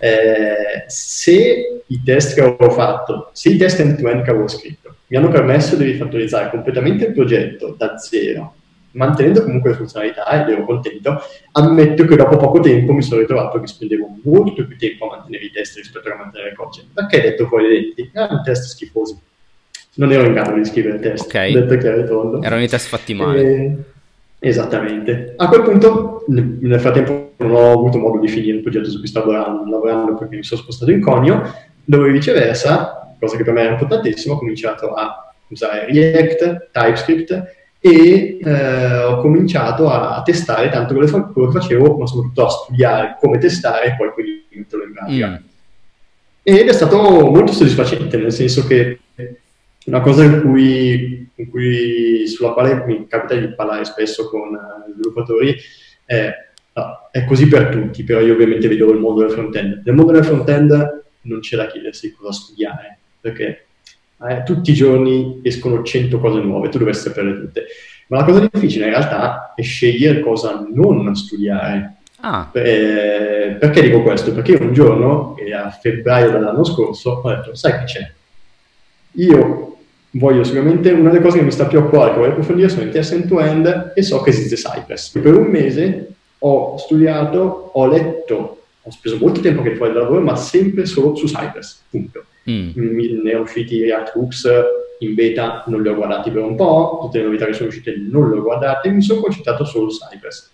Eh, se i test che avevo fatto, se i test end-to-end che avevo scritto mi hanno permesso di rifattorizzare completamente il progetto da zero, mantenendo comunque le funzionalità ed ero contento, ammetto che dopo poco tempo mi sono ritrovato che spendevo molto più tempo a mantenere i test rispetto a mantenere il codice, perché ho detto fuori dei denti, ah, un test schifosi. Non ero in grado di scrivere test, Ok. detto chiaro e tondo. Erano i test fatti male. E... Esattamente. A quel punto, nel nel frattempo, non ho avuto modo di finire il progetto su cui stavo lavorando, lavorando perché mi sono spostato in Conio, dove viceversa, cosa che per me era importantissima, ho cominciato a usare React, TypeScript e eh, ho cominciato a, a testare tanto quello che fa- quello che facevo, ma soprattutto a studiare come testare e poi quindi metterlo in pratica. Mm. Ed è stato molto soddisfacente, nel senso che una cosa in cui, in cui- sulla quale mi capita di parlare spesso con eh, sviluppatori è, no, è così per tutti, però io ovviamente vedo il mondo del front-end. Nel mondo del front-end non c'è da chiedersi cosa studiare, perché eh, tutti i giorni escono cento cose nuove, tu dovresti saperle tutte. Ma la cosa difficile in realtà è scegliere cosa non studiare. Ah, Eh, perché dico questo? Perché io un giorno, eh, a febbraio dell'anno scorso, ho detto, sai che c'è? Io voglio sicuramente, una delle cose che mi sta più a cuore, che voglio approfondire, sono i test end-to-end e so che esiste Cypress. Per un mese ho studiato, ho letto, ho speso molto tempo anche fuori dal lavoro, ma sempre solo su Cypress, punto. mm. Mi, ne erano usciti React Hooks in beta, non li ho guardati per un po', tutte le novità che sono uscite non le ho guardate, mi sono concentrato solo su Cypress.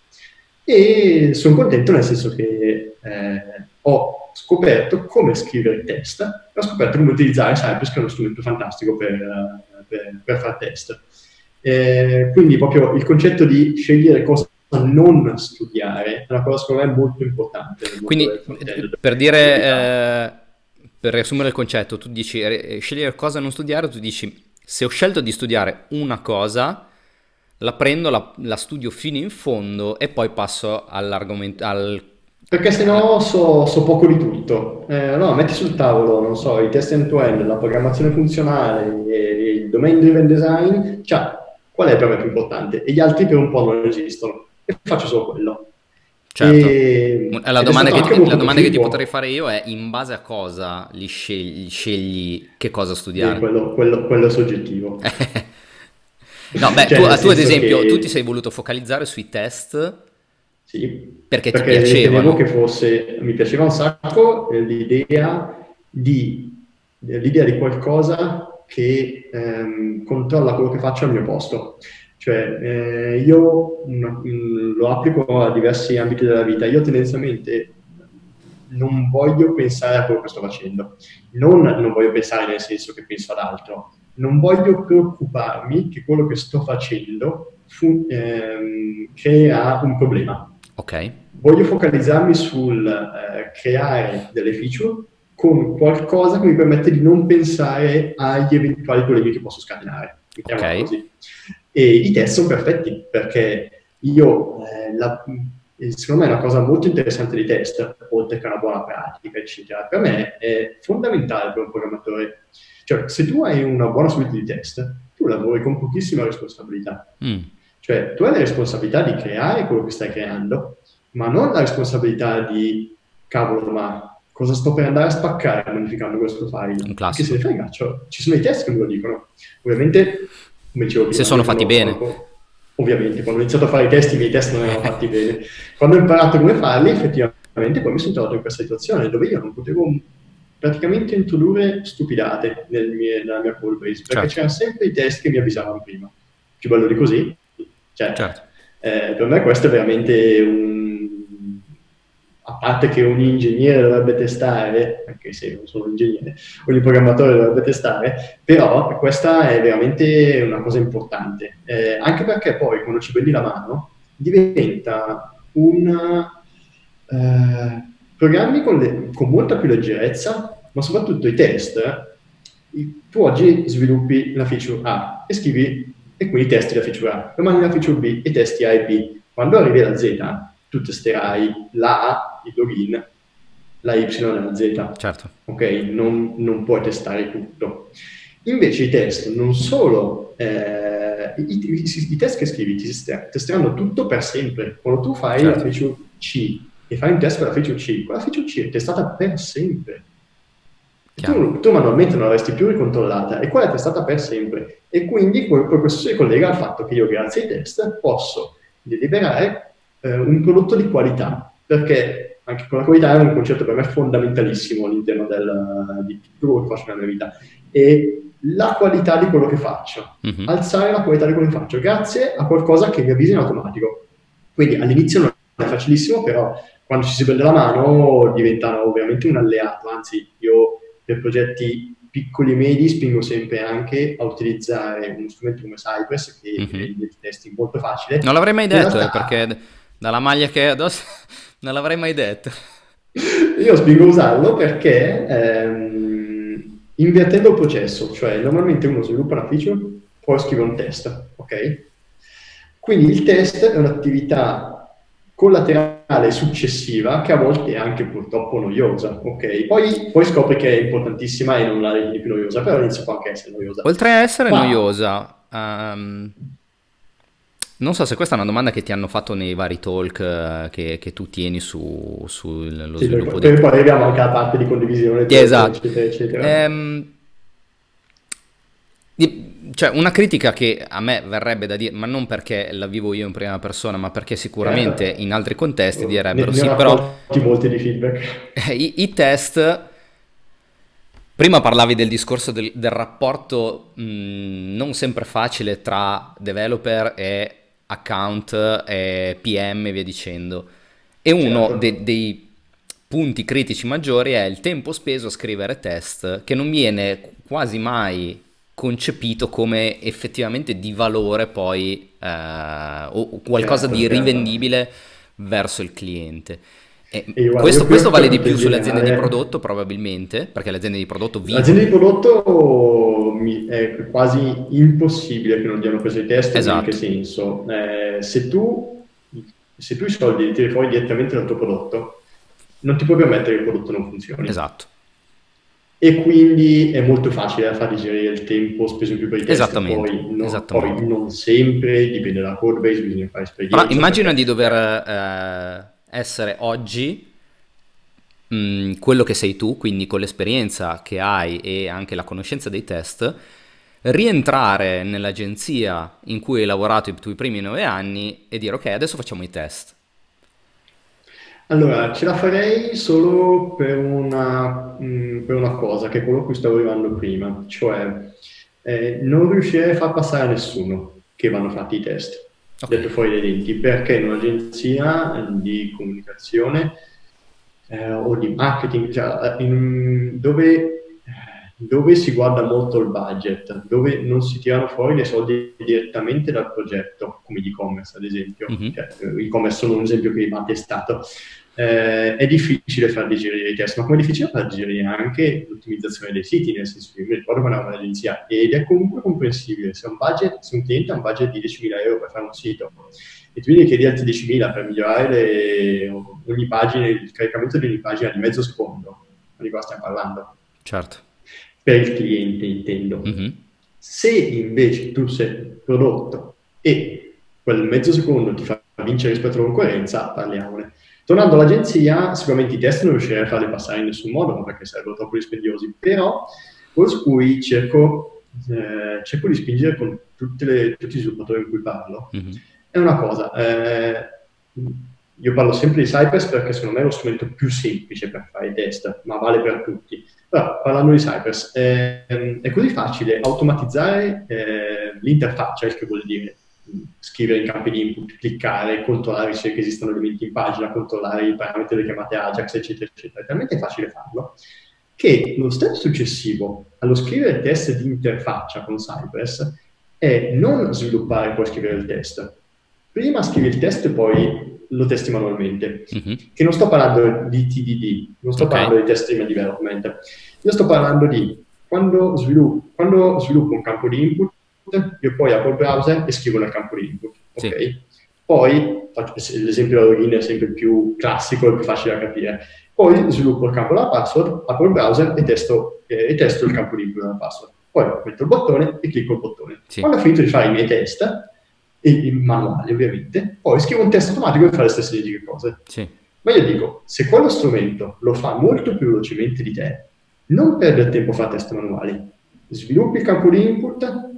E sono contento nel senso che eh, ho scoperto come scrivere test, ho scoperto come utilizzare Cypress, che è uno strumento fantastico per, per, per fare test. Eh, quindi proprio il concetto di scegliere cosa non studiare è una cosa secondo me molto importante. nel mondo Quindi del front-end. per dire, eh, per riassumere il concetto, tu dici eh, scegliere cosa non studiare, tu dici se ho scelto di studiare una cosa, la prendo, la, la studio fino in fondo e poi passo all'argomento, al... Perché se no so, so poco di tutto. Eh, no, metti sul tavolo, non so, i test end-to-end, la programmazione funzionale, e il domain-driven design, cioè, qual è per me più importante? E gli altri per un po' non esistono. E faccio solo quello. Certo. E, La ed è domanda, stato che anche ti, molto la domanda che ti proficuo. potrei fare io è in base a cosa li scegli, scegli che cosa Eh, studiare? quello, quello- quello è soggettivo. No, beh, Cioè, tu, nel tu ad senso esempio, tu ti che sei voluto focalizzare sui test sì, perché ti perché ritenevo che piacevano. fosse, mi piaceva un sacco eh, l'idea di, l'idea di qualcosa che ehm, controlla quello che faccio al mio posto. Cioè, eh, io mm, mm, lo applico a diversi ambiti della vita. Io tendenzialmente non voglio pensare a quello che sto facendo. Non, non voglio pensare nel senso che penso ad altro. Non voglio preoccuparmi che quello che sto facendo fu- ehm, crea un problema. Ok, Voglio focalizzarmi sul eh, creare delle feature con qualcosa che mi permette di non pensare agli eventuali problemi che posso scatenare. Mettiamola ok, così. E i test sono perfetti perché io, eh, la, secondo me, è una cosa molto interessante dei test, oltre che una buona pratica, eccetera. Per me è fondamentale per un programmatore. Cioè, se tu hai una buona suite di test, tu lavori con pochissima responsabilità. mm, Cioè, tu hai la responsabilità di creare quello che stai creando, ma non la responsabilità di, cavolo, ma cosa sto per andare a spaccare modificando questo file? un Perché se classico. ne frega, cioè, ci sono i test che me lo dicono. Ovviamente, come dicevo Se prima, sono io fatti quando, bene. quando- ovviamente, quando ho iniziato a fare i test, i miei test non erano fatti bene. Quando ho imparato come farli, effettivamente, poi mi sono trovato in questa situazione dove io non potevo praticamente introdurre stupidate nel mie- nella mia code base, perché Certo, c'erano sempre i test che mi avvisavano prima. Più bello di così? Cioè, certo. eh, per me questo è veramente un... A parte che ogni ingegnere dovrebbe testare, anche se non sono un ingegnere, ogni programmatore dovrebbe testare, però questa è veramente una cosa importante. Eh, anche perché poi, quando ci prendi la mano, diventa un... Eh, programmi con, le- con molta più leggerezza, ma soprattutto i test. eh, Tu oggi sviluppi la feature A e scrivi, e quindi testi la feature A, domani la feature B e testi A e B. Quando arrivi alla Z, tu testerai la A, il login, la Y e la Z. Certo. Ok? Non, non puoi testare tutto. Invece i test non solo, eh, i, i- i- i test che scrivi ti testeranno tutto per sempre. Quando tu fai la Certo. feature C e fai un test per la feature C, quella feature C è testata per sempre. Chiaro. Tu, tu manualmente non l'avresti più ricontrollata e quella è testata per sempre. E quindi que- questo si collega al fatto che io, grazie ai test, posso deliberare eh, un prodotto di qualità, perché anche con la qualità è un concetto per me fondamentalissimo all'interno del, di tutto quello che faccio nella mia vita. E la qualità di quello che faccio, Mhm. alzare la qualità di quello che faccio, grazie a qualcosa che mi avvisa in automatico. Quindi all'inizio non è facilissimo, però quando ci si prende la mano diventano ovviamente un alleato, anzi io per progetti piccoli e medi spingo sempre anche a utilizzare uno strumento come Cypress che Mhm. rende il testing molto facile. Non l'avrei mai In detto, eh, realtà perché dalla maglia che hai addosso non l'avrei mai detto. io spingo a usarlo perché ehm, invertendo il processo, cioè normalmente uno sviluppa una feature, poi scrive un test, ok? Quindi il test è un'attività collaterale successiva che a volte è anche purtroppo noiosa, ok? Poi, poi scopri che è importantissima e non la rendi più noiosa, però inizia può anche essere noiosa. Oltre a essere Ma noiosa, ehm, non so se questa è una domanda che ti hanno fatto nei vari talk eh, che, che tu tieni su, sullo sì, sviluppo per, dei... per poi arriviamo anche alla parte di condivisione, Yeah, talk, esatto. eccetera, eccetera. Ehm, di- cioè, una critica che a me verrebbe da dire, ma non perché la vivo io in prima persona, ma perché sicuramente Certo, in altri contesti ne, direbbero ne ho sì, però raccolti molti di feedback. eh, i, i test. Prima parlavi del discorso del, del rapporto mh, non sempre facile tra developer e account e P M e via dicendo. E uno de- Certo, dei punti critici maggiori è il tempo speso a scrivere test, che non viene quasi mai concepito come effettivamente di valore poi eh, o o qualcosa certo, di certo. rivendibile verso il cliente. E E io, guarda, questo, io qui questo ho vale di capito più in sulle aziende di generale. prodotto probabilmente, perché le aziende di prodotto L'azienda di vivono. prodotto mi- è quasi impossibile che non diano preso i test, ma in che Esatto, senso? Eh, se tu, se tu i soldi li tiri fuori direttamente dal tuo prodotto, non ti puoi permettere che il prodotto non funzioni. esatto, E quindi è molto facile da far digerire il tempo speso in più per i test, esattamente, poi, no- poi esattamente. non sempre, dipende dalla code base, bisogna fare Però esperienza, immagina perché di dover eh, eh, essere oggi mh, quello che sei tu, quindi con l'esperienza che hai e anche la conoscenza dei test, rientrare nell'agenzia in cui hai lavorato i tuoi primi nove anni e dire ok, adesso facciamo i test. allora, ce la farei solo per una, mh, per una cosa, che è quello a cui stavo arrivando prima, cioè eh, non riuscirei a far passare a nessuno che vanno fatti i test, Ok. detto fuori dai denti, perché in un'agenzia di comunicazione eh, o di marketing, cioè, in- dove, eh, dove si guarda molto il budget, dove non si tirano fuori dei soldi direttamente dal progetto, come di e-commerce ad esempio, Mhm. cioè, eh, e-commerce sono un esempio che mi ha testato, eh, è difficile far digerire i test, ma come è difficile far digerire anche l'ottimizzazione dei siti, nel senso che io mi ricordo quando ero un'agenzia, ed è comunque comprensibile, se un, budget, se un cliente ha un budget di diecimila euro per fare un sito, e tu gli chiedi altri diecimila per migliorare le, ogni pagina, il caricamento di ogni pagina di mezzo secondo, ma di cosa stiamo parlando? Certo. Per il cliente intendo. Mhm. Se invece tu sei un prodotto e quel mezzo secondo ti fa vincere rispetto alla concorrenza, parliamone. Tornando all'agenzia, sicuramente i test non riuscirei a farli passare in nessun modo, perché sarebbero troppo dispendiosi, però con cui cerco, eh, cerco di spingere con tutte le, tutti i sviluppatori con cui parlo. Mhm. È una cosa, eh, io parlo sempre di Cypress perché secondo me è lo strumento più semplice per fare i test, ma vale per tutti. Però, parlando di Cypress, ehm, è così facile automatizzare eh, l'interfaccia, il che vuol dire mh, scrivere in campi di input, cliccare, controllare se esistono elementi in pagina, controllare i parametri delle chiamate Ajax, eccetera, eccetera. È talmente facile farlo che lo step successivo allo scrivere test di interfaccia con Cypress è non sviluppare e poi scrivere il test. Prima scrivi il test e poi lo testi manualmente. Mhm. Che non sto parlando di T D D, non sto Ok. parlando di test driven development. Io sto parlando di quando sviluppo, quando sviluppo un campo di input, io poi apro il browser e scrivo nel campo di input. Sì. Ok? Poi, l'esempio della login è sempre il più classico e il più facile da capire. Poi sviluppo il campo della password, apro il browser e testo, eh, e testo il campo di input della password. Poi metto il bottone e clicco il bottone. Sì. Quando ho finito di fare i miei test, e in manuale ovviamente, poi scrivo un test automatico che fa le stesse identiche cose. Sì. Ma io dico, se quello strumento lo fa molto più velocemente di te, non perdere tempo a fare test manuali. Sviluppi il campo di input,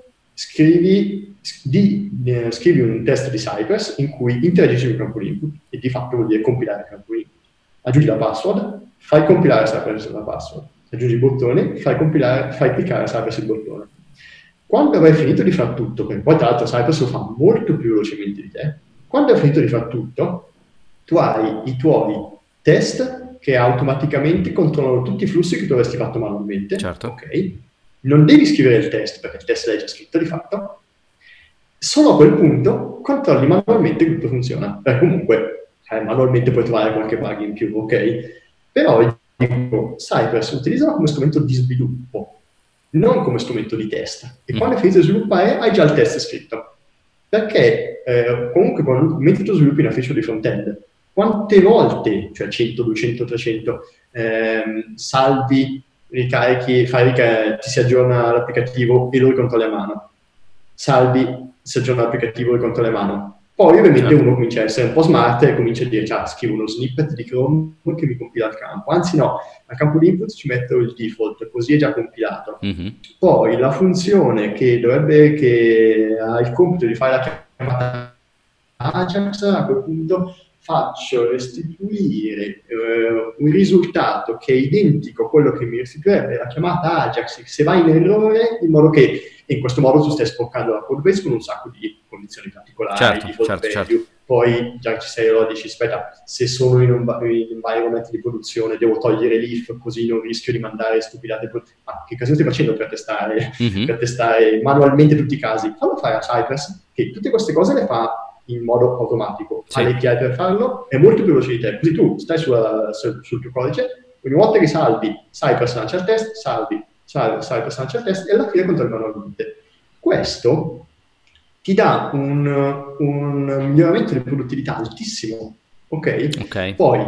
scrivi, di, eh, scrivi un test di Cypress in cui interagisci con il campo di input, e di fatto vuol dire compilare il campo di input. Aggiungi la password, fai compilare Cypress la password. Aggiungi il bottone, fai, compilare, fai cliccare Cypress il bottone. Quando avrai finito di fare tutto, perché poi tra l'altro Cypress lo fa molto più velocemente di te, quando hai finito di fare tutto, tu hai i tuoi test che automaticamente controllano tutti i flussi che tu avresti fatto manualmente. Certo. Ok? Non devi scrivere il test, perché il test l'hai già scritto di fatto. Solo a quel punto controlli manualmente che tutto funziona. Perché comunque eh, manualmente puoi trovare qualche bug in più, ok? Però dico, Cypress utilizzalo come strumento di sviluppo, non come strumento di test. E Mm. quando hai finito di sviluppare hai già il test scritto. Perché eh, comunque quando, mentre tu sviluppi una feature di front-end, quante volte, cioè cento, duecento, trecento, ehm, salvi, ricarichi, fai ricar- ti si aggiorna l'applicativo e lo ricontrolli a mano. Salvi, si aggiorna l'applicativo e lo ricontrolli a mano. Poi ovviamente Certo. uno comincia a essere un po' smart e comincia a dire, ciao, scrivo uno snippet di Chrome che mi compila il campo. Anzi no, al campo di input ci metto il default, così è già compilato. Mm-hmm. Poi la funzione che dovrebbe, che ha il compito di fare la chiamata Ajax, a quel punto faccio restituire eh, un risultato che è identico a quello che mi restituirebbe la chiamata Ajax se va in errore, in modo che in questo modo tu stai sporcando la codebase con un sacco di condizioni particolari, Certo, default certo, value. certo. Poi già ci sei, allora dici, aspetta, se sono in un in environment di produzione devo togliere l'if, così non rischio di mandare stupidate. Ma che casino stai facendo per testare, Mm-hmm. per testare manualmente tutti i casi? Fallo fare a Cypress, che tutte queste cose le fa in modo automatico. Sì. Ha l'A P I per farlo, è molto più veloce di te. Così tu stai sulla, sul, sul tuo codice, ogni volta che salvi, Cypress lancia il test, salvi, salvi, Cypress lancia il test, e alla fine controlli manualmente. Questo ti dà un, un miglioramento di produttività altissimo, ok? Ok. Poi,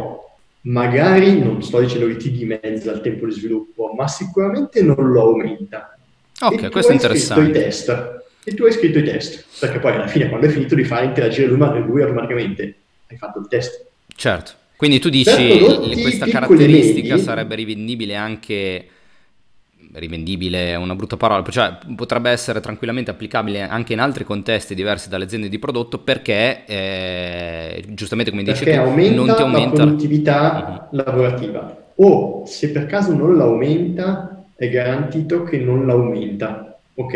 magari, non sto dicendo che ti dimezza il tempo di sviluppo, ma sicuramente non lo aumenta. Ok, E questo è tu hai scritto i interessante. test, e tu hai scritto i test, perché poi alla fine quando hai finito di fare interagire lui, lui automaticamente, hai fatto il test. Certo. Quindi tu Per dici prodotti questa piccoli e caratteristica medi, sarebbe rivendibile anche, rivendibile è una brutta parola, cioè potrebbe essere tranquillamente applicabile anche in altri contesti diversi dalle aziende di prodotto, perché eh, giustamente come dici perché tu non ti aumenta la aumenta. Mhm. produttività lavorativa. O se per caso non l'aumenta, è garantito che non l'aumenta, ok?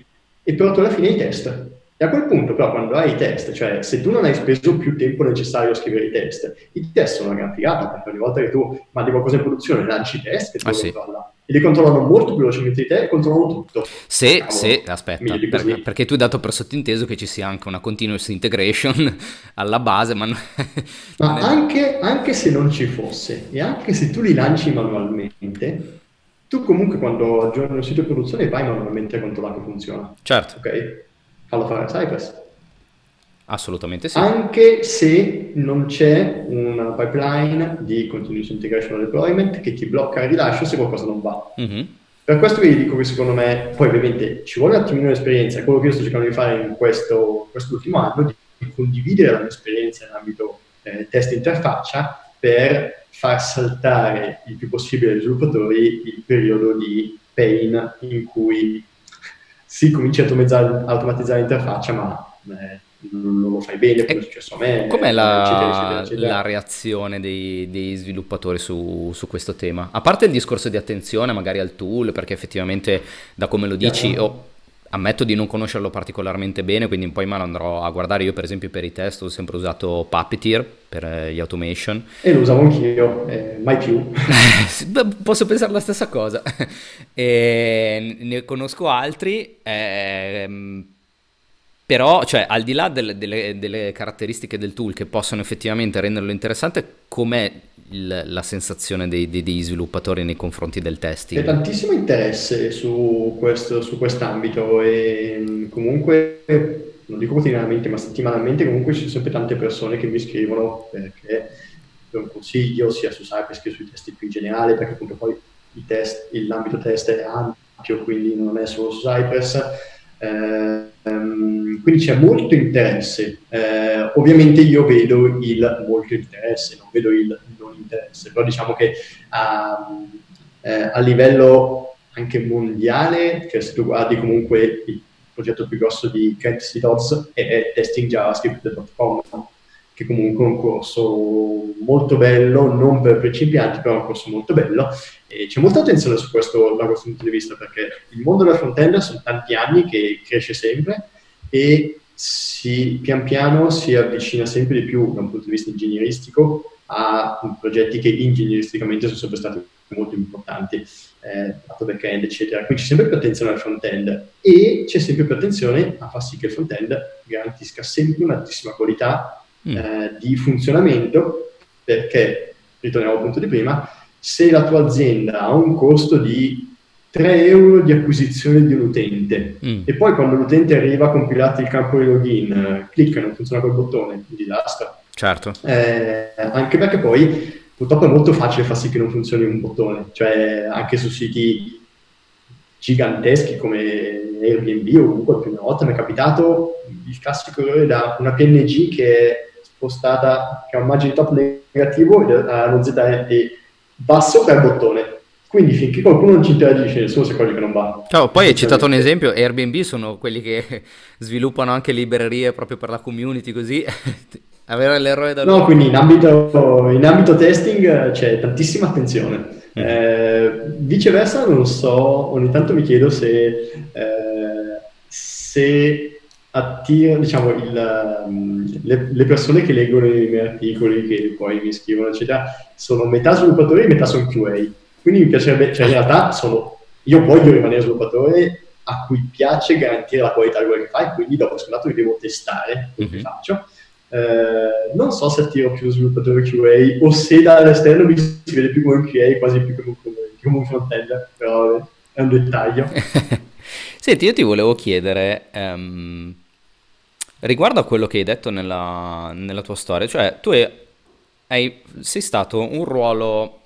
E però tu alla fine hai i test. E a quel punto però quando hai i test, cioè se tu non hai speso più tempo necessario a scrivere i test, i test sono una gran figata, perché ogni volta che tu mandi qualcosa in produzione lanci i test che tu Ah lo sì. controlla. E li controllano molto più velocemente di te e controllano tutto. Se, Cavolo, se, aspetta, meglio di per- così. perché tu hai dato per sottinteso che ci sia anche una continuous integration alla base, ma non, Ma non è... anche, anche se non ci fosse, e anche se tu li lanci manualmente, tu comunque quando aggiorni un sito di produzione vai manualmente a controllare che funziona. Certo, Ok? Fallo fare a Cypress. assolutamente sì. Anche se non c'è una pipeline di continuous integration deployment che ti blocca il rilascio se qualcosa non va. Mhm. Per questo vi dico che secondo me, poi ovviamente ci vuole un attimino di esperienza, quello che io sto cercando di fare in questo quest'ultimo anno, di condividere la mia esperienza in ambito eh, test interfaccia per far saltare il più possibile ai sviluppatori il periodo di pain in cui si comincia a automatizzare, automatizzare l'interfaccia, ma eh, non lo fai bene, come è E successo a me, com'è eccetera, eccetera, la, la eccetera. reazione dei, dei sviluppatori su, su questo tema? A parte il discorso di attenzione magari al tool, perché effettivamente da come lo dici, Chiaro? oh, ammetto di non conoscerlo particolarmente bene, quindi poi me lo andrò a guardare. Io per esempio per i test ho sempre usato Puppeteer per eh, gli automation. E lo usavo anch'io, eh, mai più. Beh, posso pensare la stessa cosa. E ne conosco altri, ehm, però, cioè, al di là delle, delle- delle caratteristiche del tool che possono effettivamente renderlo interessante, com'è il- la sensazione dei, dei- degli sviluppatori nei confronti del C'è testing? tantissimo interesse su questo, su quest'ambito e mh, comunque, non dico quotidianamente, ma settimanalmente comunque ci sono sempre tante persone che mi scrivono perché do un consiglio sia su Cypress che sui test più in generale, perché appunto poi i test, il- l'ambito test è ampio, quindi non è solo su Cypress. Eh, ehm, quindi c'è molto interesse. Eh, ovviamente io vedo il molto interesse, non vedo il non interesse, però diciamo che a, eh, a livello anche mondiale, che se tu guardi comunque il progetto più grosso di Kent C. Dodds è testing javascript punto com, che comunque è un corso molto bello, non per principianti, però è un corso molto bello, e c'è molta attenzione su questo da questo punto di vista, perché il mondo del front-end sono tanti anni che cresce sempre e si, pian piano si avvicina sempre di più da un punto di vista ingegneristico a progetti che ingegneristicamente sono sempre stati molto importanti, eh, lato back-end, eccetera. Quindi c'è sempre più attenzione al front-end e c'è sempre più attenzione a far sì che il front-end garantisca sempre un'altissima qualità mm. eh, di funzionamento, perché, ritorniamo al punto di prima, se la tua azienda ha un costo di tre euro di acquisizione di un utente mm. e poi quando l'utente arriva a compilarti il campo di login, eh, clicca e non funziona col bottone, un disastro. Certo. Eh, anche perché poi purtroppo è molto facile far sì che non funzioni un bottone, cioè anche su siti giganteschi come Airbnb o Google, più una volta mi è capitato il classico errore da una P N G che è spostata, che ha un margine di top negativo e ha uno Z E basso per bottone. Quindi finché qualcuno non ci interagisce, nessuno si accorge che non va. Ciao, poi hai citato un esempio, Airbnb sono quelli che sviluppano anche librerie proprio per la community, così avere l'errore da loro. No, quindi in ambito, in ambito testing c'è tantissima attenzione. Mm. Eh, viceversa non so, ogni tanto mi chiedo se, eh, se attira, diciamo, il, le, le persone che leggono i miei articoli, che poi mi scrivono, eccetera, sono metà sviluppatori e metà sono Q A. Quindi mi piacerebbe, cioè in realtà sono, io voglio rimanere sviluppatore a cui piace garantire la qualità di quello che fa e quindi dopo scontato che devo testare quello mm-hmm. che faccio. Eh, non so se attiro più sviluppatore Q A o se dall'esterno mi si vede più come un Q A, quasi più come, come, come un front-end, però è un dettaglio. Senti, io ti volevo chiedere um, riguardo a quello che hai detto nella, nella tua storia, cioè tu hai, hai, sei stato un ruolo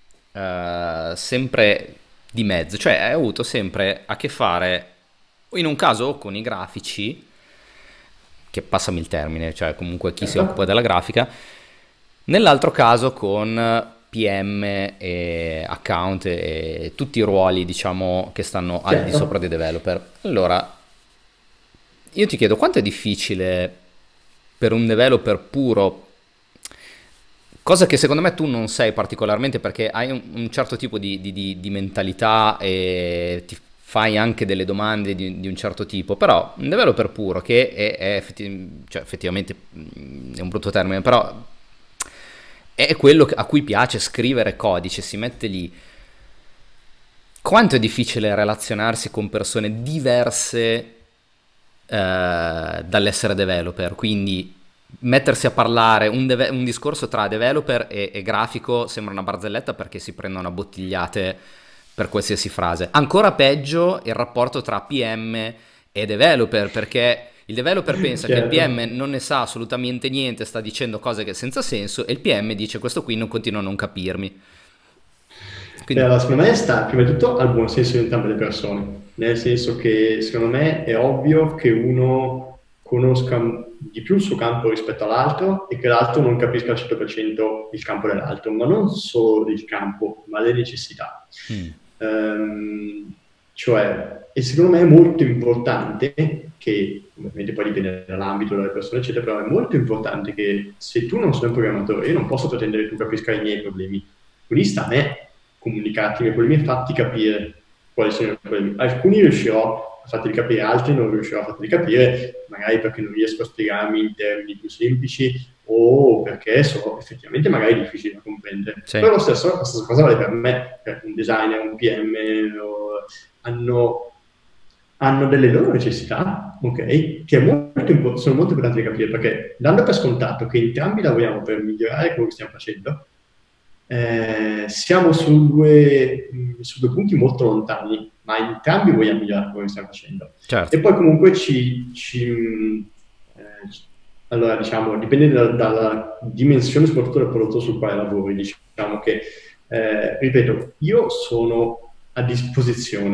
uh, sempre di mezzo, cioè hai avuto sempre a che fare, in un caso con i grafici, che passami il termine, cioè comunque chi si occupa della grafica, nell'altro caso con P M e account e tutti i ruoli, diciamo, che stanno al di sopra dei developer. Allora, io ti chiedo, quanto è difficile per un developer puro, cosa che secondo me tu non sei particolarmente perché hai un, un certo tipo di, di, di, di mentalità e ti fai anche delle domande di, di un certo tipo, però un developer puro che è, è effettiv- cioè effettivamente è un brutto termine, però è quello a cui piace scrivere codice, si mette lì. Quanto è difficile relazionarsi con persone diverse eh, dall'essere developer, quindi mettersi a parlare, un, deve- un discorso tra developer e, e grafico sembra una barzelletta perché si prendono a bottigliate per qualsiasi frase. Ancora peggio il rapporto tra P M e developer, perché il developer pensa certo. che il P M non ne sa assolutamente niente, sta dicendo cose che senza senso, e il P M dice questo qui non continua a non capirmi. Quindi... Allora, secondo me sta prima di tutto al buon senso di entrambe le persone, nel senso che secondo me è ovvio che uno conosca di più il suo campo rispetto all'altro e che l'altro non capisca al cento per cento il campo dell'altro, ma non solo il campo, ma le necessità. Mm. Um, cioè, e secondo me è molto importante che, ovviamente poi dipende dall'ambito delle persone, eccetera, però è molto importante che se tu non sei un programmatore, io non posso pretendere che tu capisca i miei problemi, quindi sta a me comunicarti i miei problemi e fatti capire quali sono i problemi. Alcuni riuscirò a farti capire, altri non riuscirò a farti capire, magari perché non riesco a spiegarmi in termini più semplici o perché sono effettivamente magari difficili da comprendere. Sì. Però lo stesso, la stessa cosa vale per me, per un designer, un P M, o, hanno, hanno delle loro necessità, ok? Che è molto, sono molto importanti da capire, perché dando per scontato che entrambi lavoriamo per migliorare quello che stiamo facendo, eh, siamo su due, su due punti molto lontani, ma entrambi vogliamo migliorare quello che stiamo facendo. Certo. E poi comunque ci... ci eh, allora, diciamo, dipende da, dalla dimensione soprattutto del prodotto sul quale lavori. Diciamo che, eh, ripeto, io sono a disposizione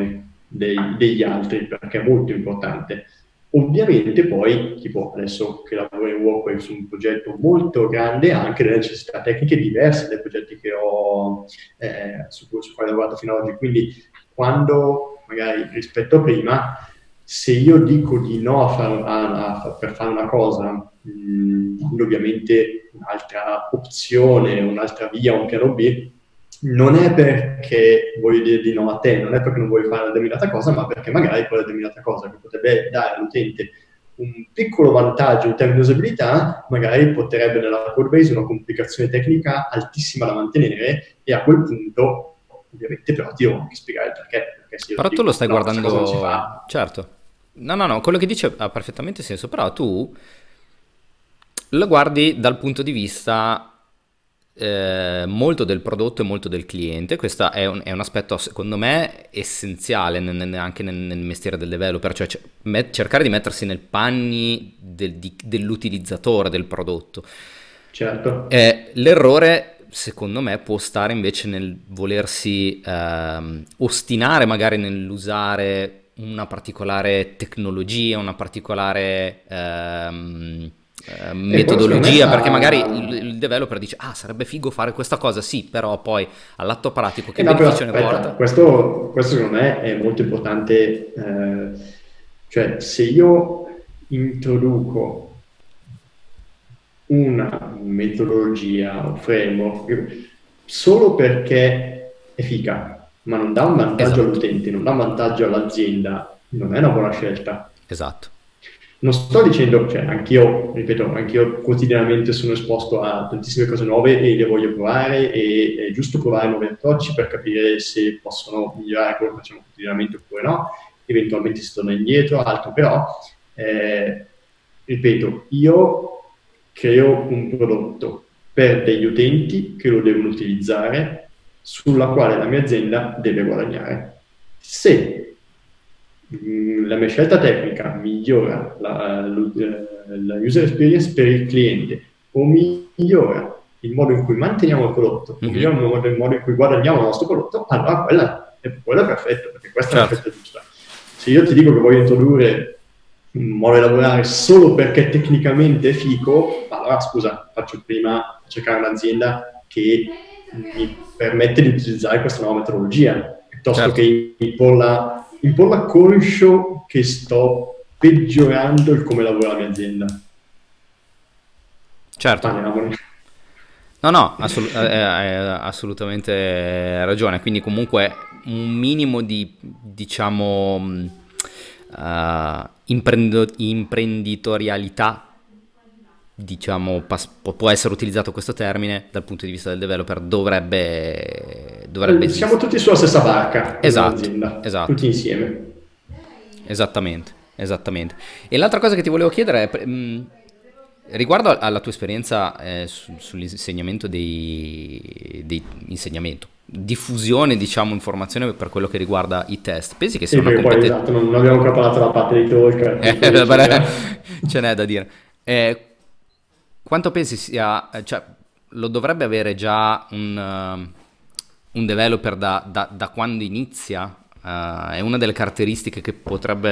dei- degli altri, perché è molto importante. Ovviamente poi, tipo adesso che lavoro in Workwave su un progetto molto grande, ha anche delle necessità tecniche diverse dai progetti che ho, eh, su cui su cui ho lavorato fino ad oggi. Quindi quando magari rispetto a prima, se io dico di no a fare- a- a- per fare una cosa, mh, quindi ovviamente un'altra opzione, un'altra via, un piano B, non è perché voglio dire di no a te, non è perché non vuoi fare una determinata cosa, ma perché magari quella determinata cosa che potrebbe dare all'utente un piccolo vantaggio in termini di usabilità, magari porterebbe nella code base una complicazione tecnica altissima da mantenere, e a quel punto ovviamente però ti devo anche spiegare il perché, perché se io ti Però tu lo dico stai no, questa cosa non si guardando, fa. certo. No, no, no, quello che dice ha perfettamente senso, però tu lo guardi dal punto di vista eh, molto del prodotto e molto del cliente. Questo è un, è un aspetto, secondo me, essenziale nel- nel- anche nel, nel mestiere del developer, cioè ce- me- cercare di mettersi nei panni del- di- dell'utilizzatore del prodotto. Certo. Eh, l'errore, secondo me, può stare invece nel volersi ehm, ostinare magari nell'usare una particolare tecnologia, una particolare ehm, eh, E poi secondo me metodologia, perché magari il, sta... il developer dice, ah, sarebbe figo fare questa cosa, sì, però poi all'atto pratico Eh che no, però beneficio ne aspetta, porta? questo, questo secondo me è molto importante, eh, cioè se io introduco una metodologia o framework solo perché è figa, ma non dà un vantaggio Esatto, all'utente, non dà un vantaggio all'azienda, non è una buona scelta. esatto, Non sto dicendo, cioè anch'io, ripeto, anch'io quotidianamente sono esposto a tantissime cose nuove e le voglio provare, e è giusto provare nuovi approcci per capire se possono migliorare quello che facciamo quotidianamente oppure no, eventualmente si torna indietro, altro, però, eh, ripeto, io creo un prodotto per degli utenti che lo devono utilizzare, sulla quale la mia azienda deve guadagnare. Se mh, la mia scelta tecnica migliora la, la user experience per il cliente, o migliora il modo in cui manteniamo il prodotto, o migliora mhm, il modo, il modo in cui guadagniamo il nostro prodotto, allora quella è, quella è perfetto, perché questa è la certo. scelta giusta. Se io ti dico che voglio introdurre un modo di lavorare solo perché tecnicamente è fico, allora scusa, faccio prima cercare un'azienda che mi permette di utilizzare questa nuova metodologia, piuttosto Certo, che imporla, imporla conscio che sto peggiorando il come lavora la mia azienda. certo. Parliamone. No, no, assolut- eh, eh, hai assolutamente ragione. Quindi comunque un minimo di, diciamo, mh, eh, imprendo- imprenditorialità, diciamo, pas- può può essere utilizzato questo termine dal punto di vista del developer, dovrebbe, dovrebbe Eh, Siamo esistere. tutti sulla stessa barca in Esatto, un'azienda, esatto. tutti insieme. Esattamente, esattamente. E l'altra cosa che ti volevo chiedere è, pre- mh, riguardo alla tua esperienza eh, su- sull'insegnamento dei, dei insegnamento, diffusione, diciamo, informazione per quello che riguarda i test, pensi che sia Sì, una perché poi competenza? esatto, non, non abbiamo ancora parlato della parte dei talk, articoli, eccetera. Ce n'è da dire. Eh, quanto pensi sia, eh, cioè, lo dovrebbe avere già un, eh, un developer da, da- da quando inizia? Eh, è una delle caratteristiche che potrebbe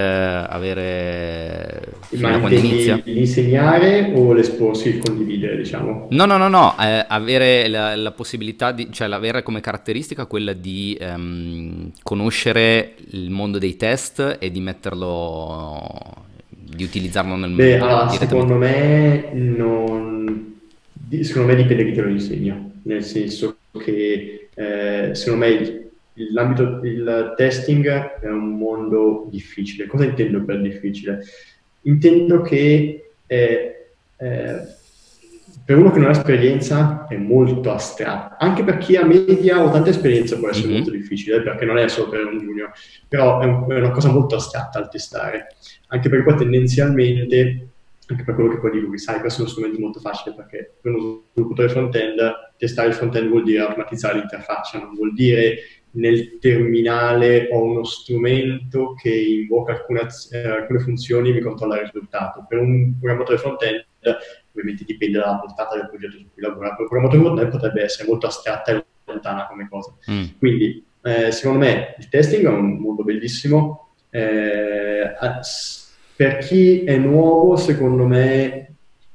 avere fin Ma da quando intendi inizia? l'insegnare o l'esporsi, il condividere, diciamo? No, no, no, no, eh, avere la, la possibilità di, cioè avere come caratteristica quella di ehm, conoscere il mondo dei test e di metterlo, di utilizzarlo nel- Beh, allora, direttamente. secondo me non... di- secondo me dipende chi te lo insegna, nel senso che eh, secondo me il- il- l'ambito del testing è un mondo difficile. Cosa intendo per difficile? Intendo che eh, eh, per uno che non ha esperienza è molto astratto, anche per chi ha media o tanta esperienza può essere molto Mhm, difficile, perché non è solo per un junior, però è, un- è una cosa molto astratta al testare, anche perché poi tendenzialmente, anche per quello che poi dico, che sai, questo è uno strumento molto facile, perché per uno sviluppatore front-end, testare il front-end vuol dire automatizzare l'interfaccia, non vuol dire nel terminale ho uno strumento che invoca alcune, az- eh, alcune funzioni e mi controlla il risultato. Per un programmatore front-end ovviamente dipende dalla portata del progetto su cui lavora. Per un programmatore front-end potrebbe essere molto astratta e lontana come cosa. mm, Quindi eh, secondo me il testing è un mondo bellissimo. Eh, a- s- per chi è nuovo, secondo me,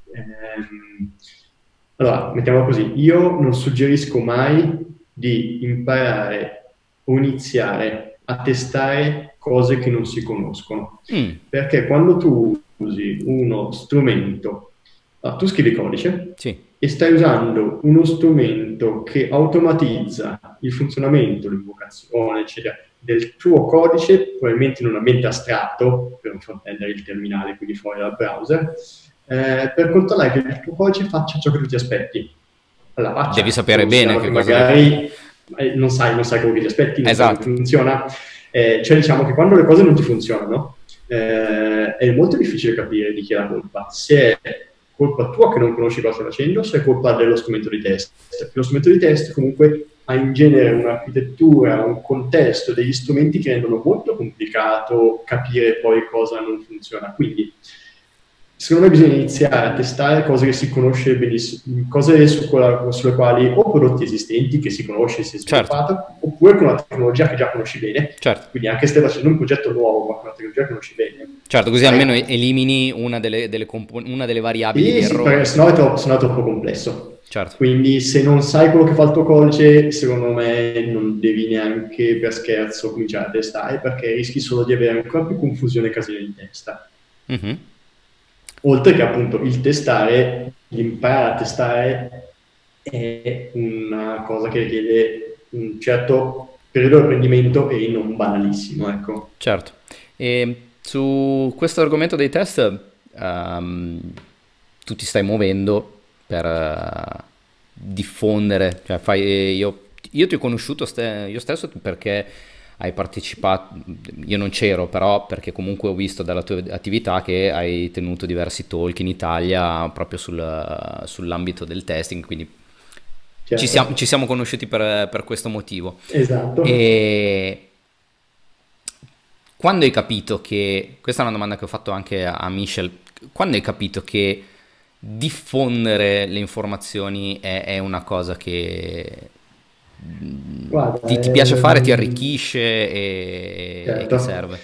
ehm, allora, mettiamola così, io non suggerisco mai di imparare o iniziare a testare cose che non si conoscono, Mm, perché quando tu usi uno strumento, ah, tu scrivi codice sì, e stai usando uno strumento che automatizza il funzionamento, l'invocazione, eccetera, del tuo codice, probabilmente in un ambiente astratto, per non frontendere il terminale, quindi fuori dal browser, eh, per controllare che il tuo codice faccia ciò che tu ti aspetti. Alla devi faccia, sapere bene consideriamo che che cosa deve fare. magari eh, non sai, non sai quello che ti aspetti, non sai come Esatto, funziona. Eh, cioè diciamo che quando le cose non ti funzionano, eh, è molto difficile capire di chi è la colpa. Se è colpa tua che non conosci cosa stai facendo, se è colpa dello strumento di test. Perché lo strumento di test comunque ha in genere un'architettura, un contesto, degli strumenti che rendono molto complicato capire poi cosa non funziona. Quindi, secondo me bisogna iniziare a testare cose che si conosce benissimo, cose su quella, sulle quali o prodotti esistenti che si conosce, si è certo, sviluppato, oppure con una tecnologia che già conosci bene. certo. Quindi anche se stai facendo un progetto nuovo, ma con una tecnologia che conosci bene, Certo, così sai. almeno elimini una delle, delle compo- una delle variabili di Sì, sì, perché errore. sennò è troppo, sennò è troppo complesso. Certo. Quindi se non sai quello che fa il tuo codice, secondo me non devi neanche per scherzo cominciare a testare, perché rischi solo di avere ancora più confusione e casino in testa. Mhm. Oltre che appunto il testare, l'imparare a testare è una cosa che richiede un certo periodo di apprendimento e non banalissimo, ecco. Certo. E su questo argomento dei test, ehm, tu ti stai muovendo per eh, diffondere, cioè fai, io, io ti ho conosciuto ste- io stesso perché hai partecipato, io non c'ero, però perché comunque ho visto dalla tua attività che hai tenuto diversi talk in Italia proprio sul- sull'ambito del testing, quindi ci siamo, Certo, ci siamo conosciuti per, per questo motivo. esatto. E quando hai capito che, questa è una domanda che ho fatto anche a Michel, quando hai capito che diffondere le informazioni è, è una cosa che mm, Guarda, ti, ti piace fare, ti ehm, arricchisce e, e che certo. serve?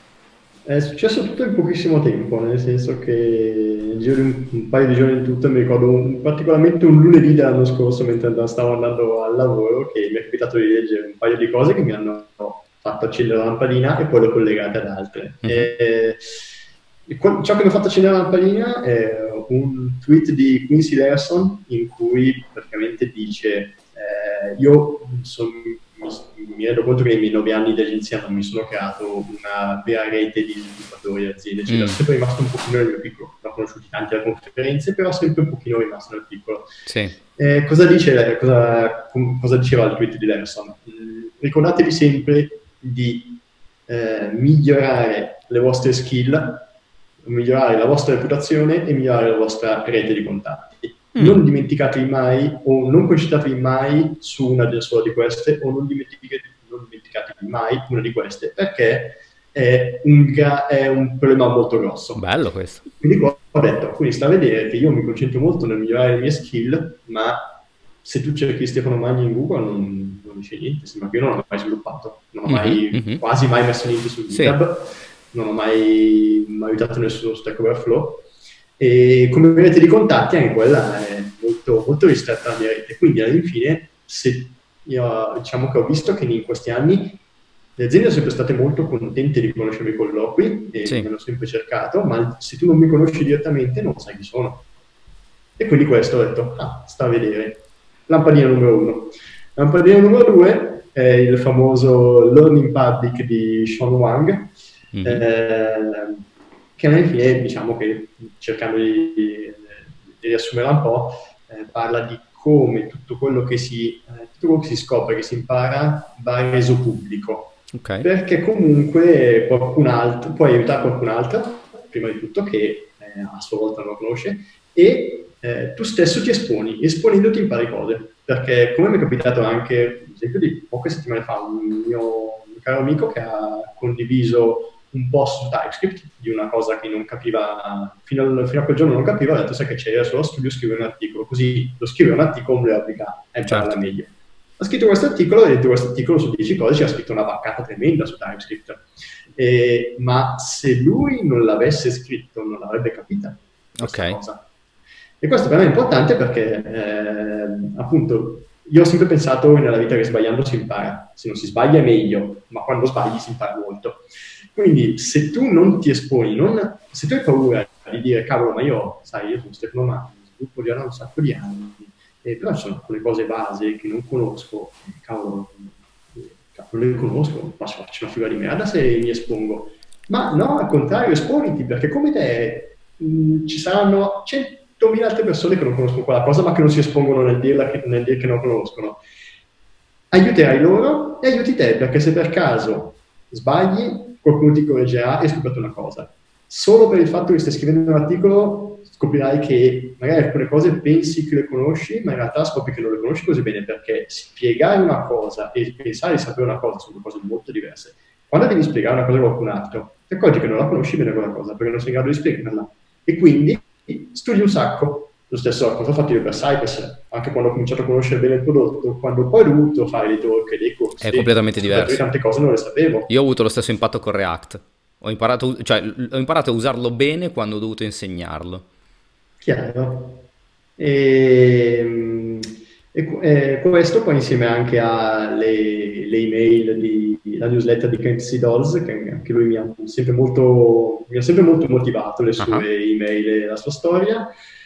È successo tutto in pochissimo tempo, nel senso che nel giro di un, un paio di giorni in tutto, mi ricordo un- particolarmente un lunedì dell'anno scorso, mentre andavo- stavo andando al lavoro, che mi è capitato di leggere un paio di cose che mi hanno fatto accendere la lampadina e poi le ho collegate ad altre. Mhm. E, e qua- ciò che mi ha fatto accendere la lampadina è un tweet di Quincy Larson in cui praticamente dice eh, io son- mi, mi rendo conto che nei miei nove anni di agenzia non mi sono creato una vera rete di sviluppatori e aziende, cioè, sono Mm, sempre rimasto un pochino nel mio piccolo, ne ho conosciuti tanti alle conferenze, però sempre un pochino rimasto nel piccolo. sì, Eh, cosa, dice, cosa, cosa diceva il tweet di Larson? Mm, ricordatevi sempre di eh, migliorare le vostre skill, migliorare la vostra reputazione e migliorare la vostra rete di contatti. Mm, Non dimenticatevi mai o non concentratevi mai su una sola di queste o non dimenticatevi, non dimenticatevi mai una di queste perché è un, è un problema molto grosso. bello questo. Quindi qua ho detto, quindi sta a vedere che io mi concentro molto nel migliorare le mie skill, ma se tu cerchi Stefano Magni in Google non, non dice niente, sembra che io non l'ho mai sviluppato, non ho Mhm, mai, mhm. quasi mai messo niente su Sì, GitHub, non ho mai, mai aiutato nessuno su Stack Overflow, e come rete di contatti anche quella è molto, molto ristretta alla mia rete. Quindi alla fine, se io, diciamo che ho visto che in questi anni le aziende sono sempre state molto contente di conoscermi i colloqui e mi sì, hanno sempre cercato, ma se tu non mi conosci direttamente non sai chi sono. E quindi questo ho detto, ah, sta a vedere. Lampadina numero uno. Lampadina numero due è il famoso Learning Public di Sean Wang, mhm, eh, che alla fine, diciamo che cercando di, di riassumerla un po', eh, parla di come tutto quello che si, eh, tutto quello che si scopre, che si impara, va reso pubblico. ok, Perché comunque qualcun altro, può aiutare qualcun altro, prima di tutto, che eh, a sua volta non lo conosce, e eh, tu stesso ti esponi, esponendoti impari cose. Perché come mi è capitato anche, ad esempio, di poche settimane fa, un mio, un caro amico che ha condiviso un post su TypeScript di una cosa che non capiva, fino, al, fino a quel giorno non capiva, ha detto sai che c'è, solo studio scrivere un articolo, così lo scrivere un articolo mi lo applica a impararla certo. meglio. ha scritto questo articolo e dentro questo articolo su dieci codici ha scritto una vaccata tremenda su TypeScript. Eh, ma se lui non l'avesse scritto non l'avrebbe capita questa Ok. cosa. E questo per me è importante perché, eh, appunto, io ho sempre pensato nella vita che sbagliando si impara. Se non si sbaglia è meglio, ma quando sbagli si impara molto. Quindi se tu non ti esponi, non, se tu hai paura di dire, cavolo, ma io, sai, io sono Stefano Mani, sviluppo già da un sacco di anni, eh, però ci sono alcune cose base che non conosco, cavolo, non le conosco, ma faccio una figura di merda se mi espongo. Ma no, al contrario, esponiti, perché come te mh, ci saranno centomila altre persone che non conoscono quella cosa, ma che non si espongono nel dirla, che, nel dire che non conoscono. Aiuterai loro e aiuti te, perché se per caso sbagli, qualcuno ti correggerà e hai scoperto una cosa. Solo per il fatto che stai scrivendo un articolo scoprirai che magari alcune cose pensi che le conosci, ma in realtà scopri che non le conosci così bene, perché spiegare una cosa e pensare di sapere una cosa sono due cose molto diverse. Quando devi spiegare una cosa a qualcun altro, ti accorgi che non la conosci bene quella cosa, perché non sei in grado di spiegarla. E quindi studi un sacco. Lo stesso cosa ho fatto io per Cypress, anche quando ho cominciato a conoscere bene il prodotto, quando poi ho dovuto fare dei talk e dei corsi, È completamente ho scoperto che diverso. tante cose non le sapevo. Io ho avuto lo stesso impatto con React. Ho imparato, cioè, ho imparato a usarlo bene quando ho dovuto insegnarlo. Chiaro. E, e, e questo poi insieme anche alle le email di la newsletter di Kent C. Dawes, che anche lui mi ha sempre molto, mi ha sempre molto motivato, le Ah, sue email e la sua storia.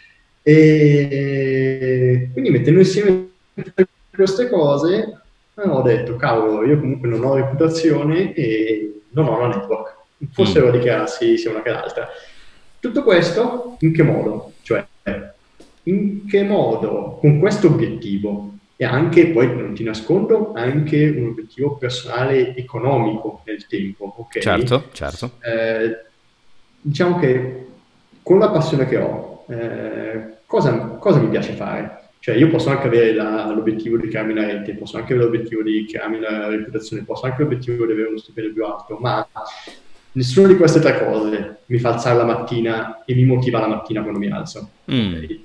E quindi mettendo insieme tutte queste cose ho detto, cavolo, io comunque non ho reputazione e non ho una network. Forse mm. devo dichiararsi sia una che l'altra. Tutto questo in che modo? Cioè, in che modo con questo obiettivo e anche, poi non ti nascondo, anche un obiettivo personale economico nel tempo, ok? Certo, certo. Eh, diciamo che con la passione che ho, eh, cosa, cosa mi piace fare? Cioè io posso anche avere la, l'obiettivo di crearmi una rete, posso anche avere l'obiettivo di crearmi una reputazione, posso anche l'obiettivo di avere uno stipendio più alto, ma nessuna di queste tre cose mi fa alzare la mattina e mi motiva la mattina quando mi alzo. Mm. Okay?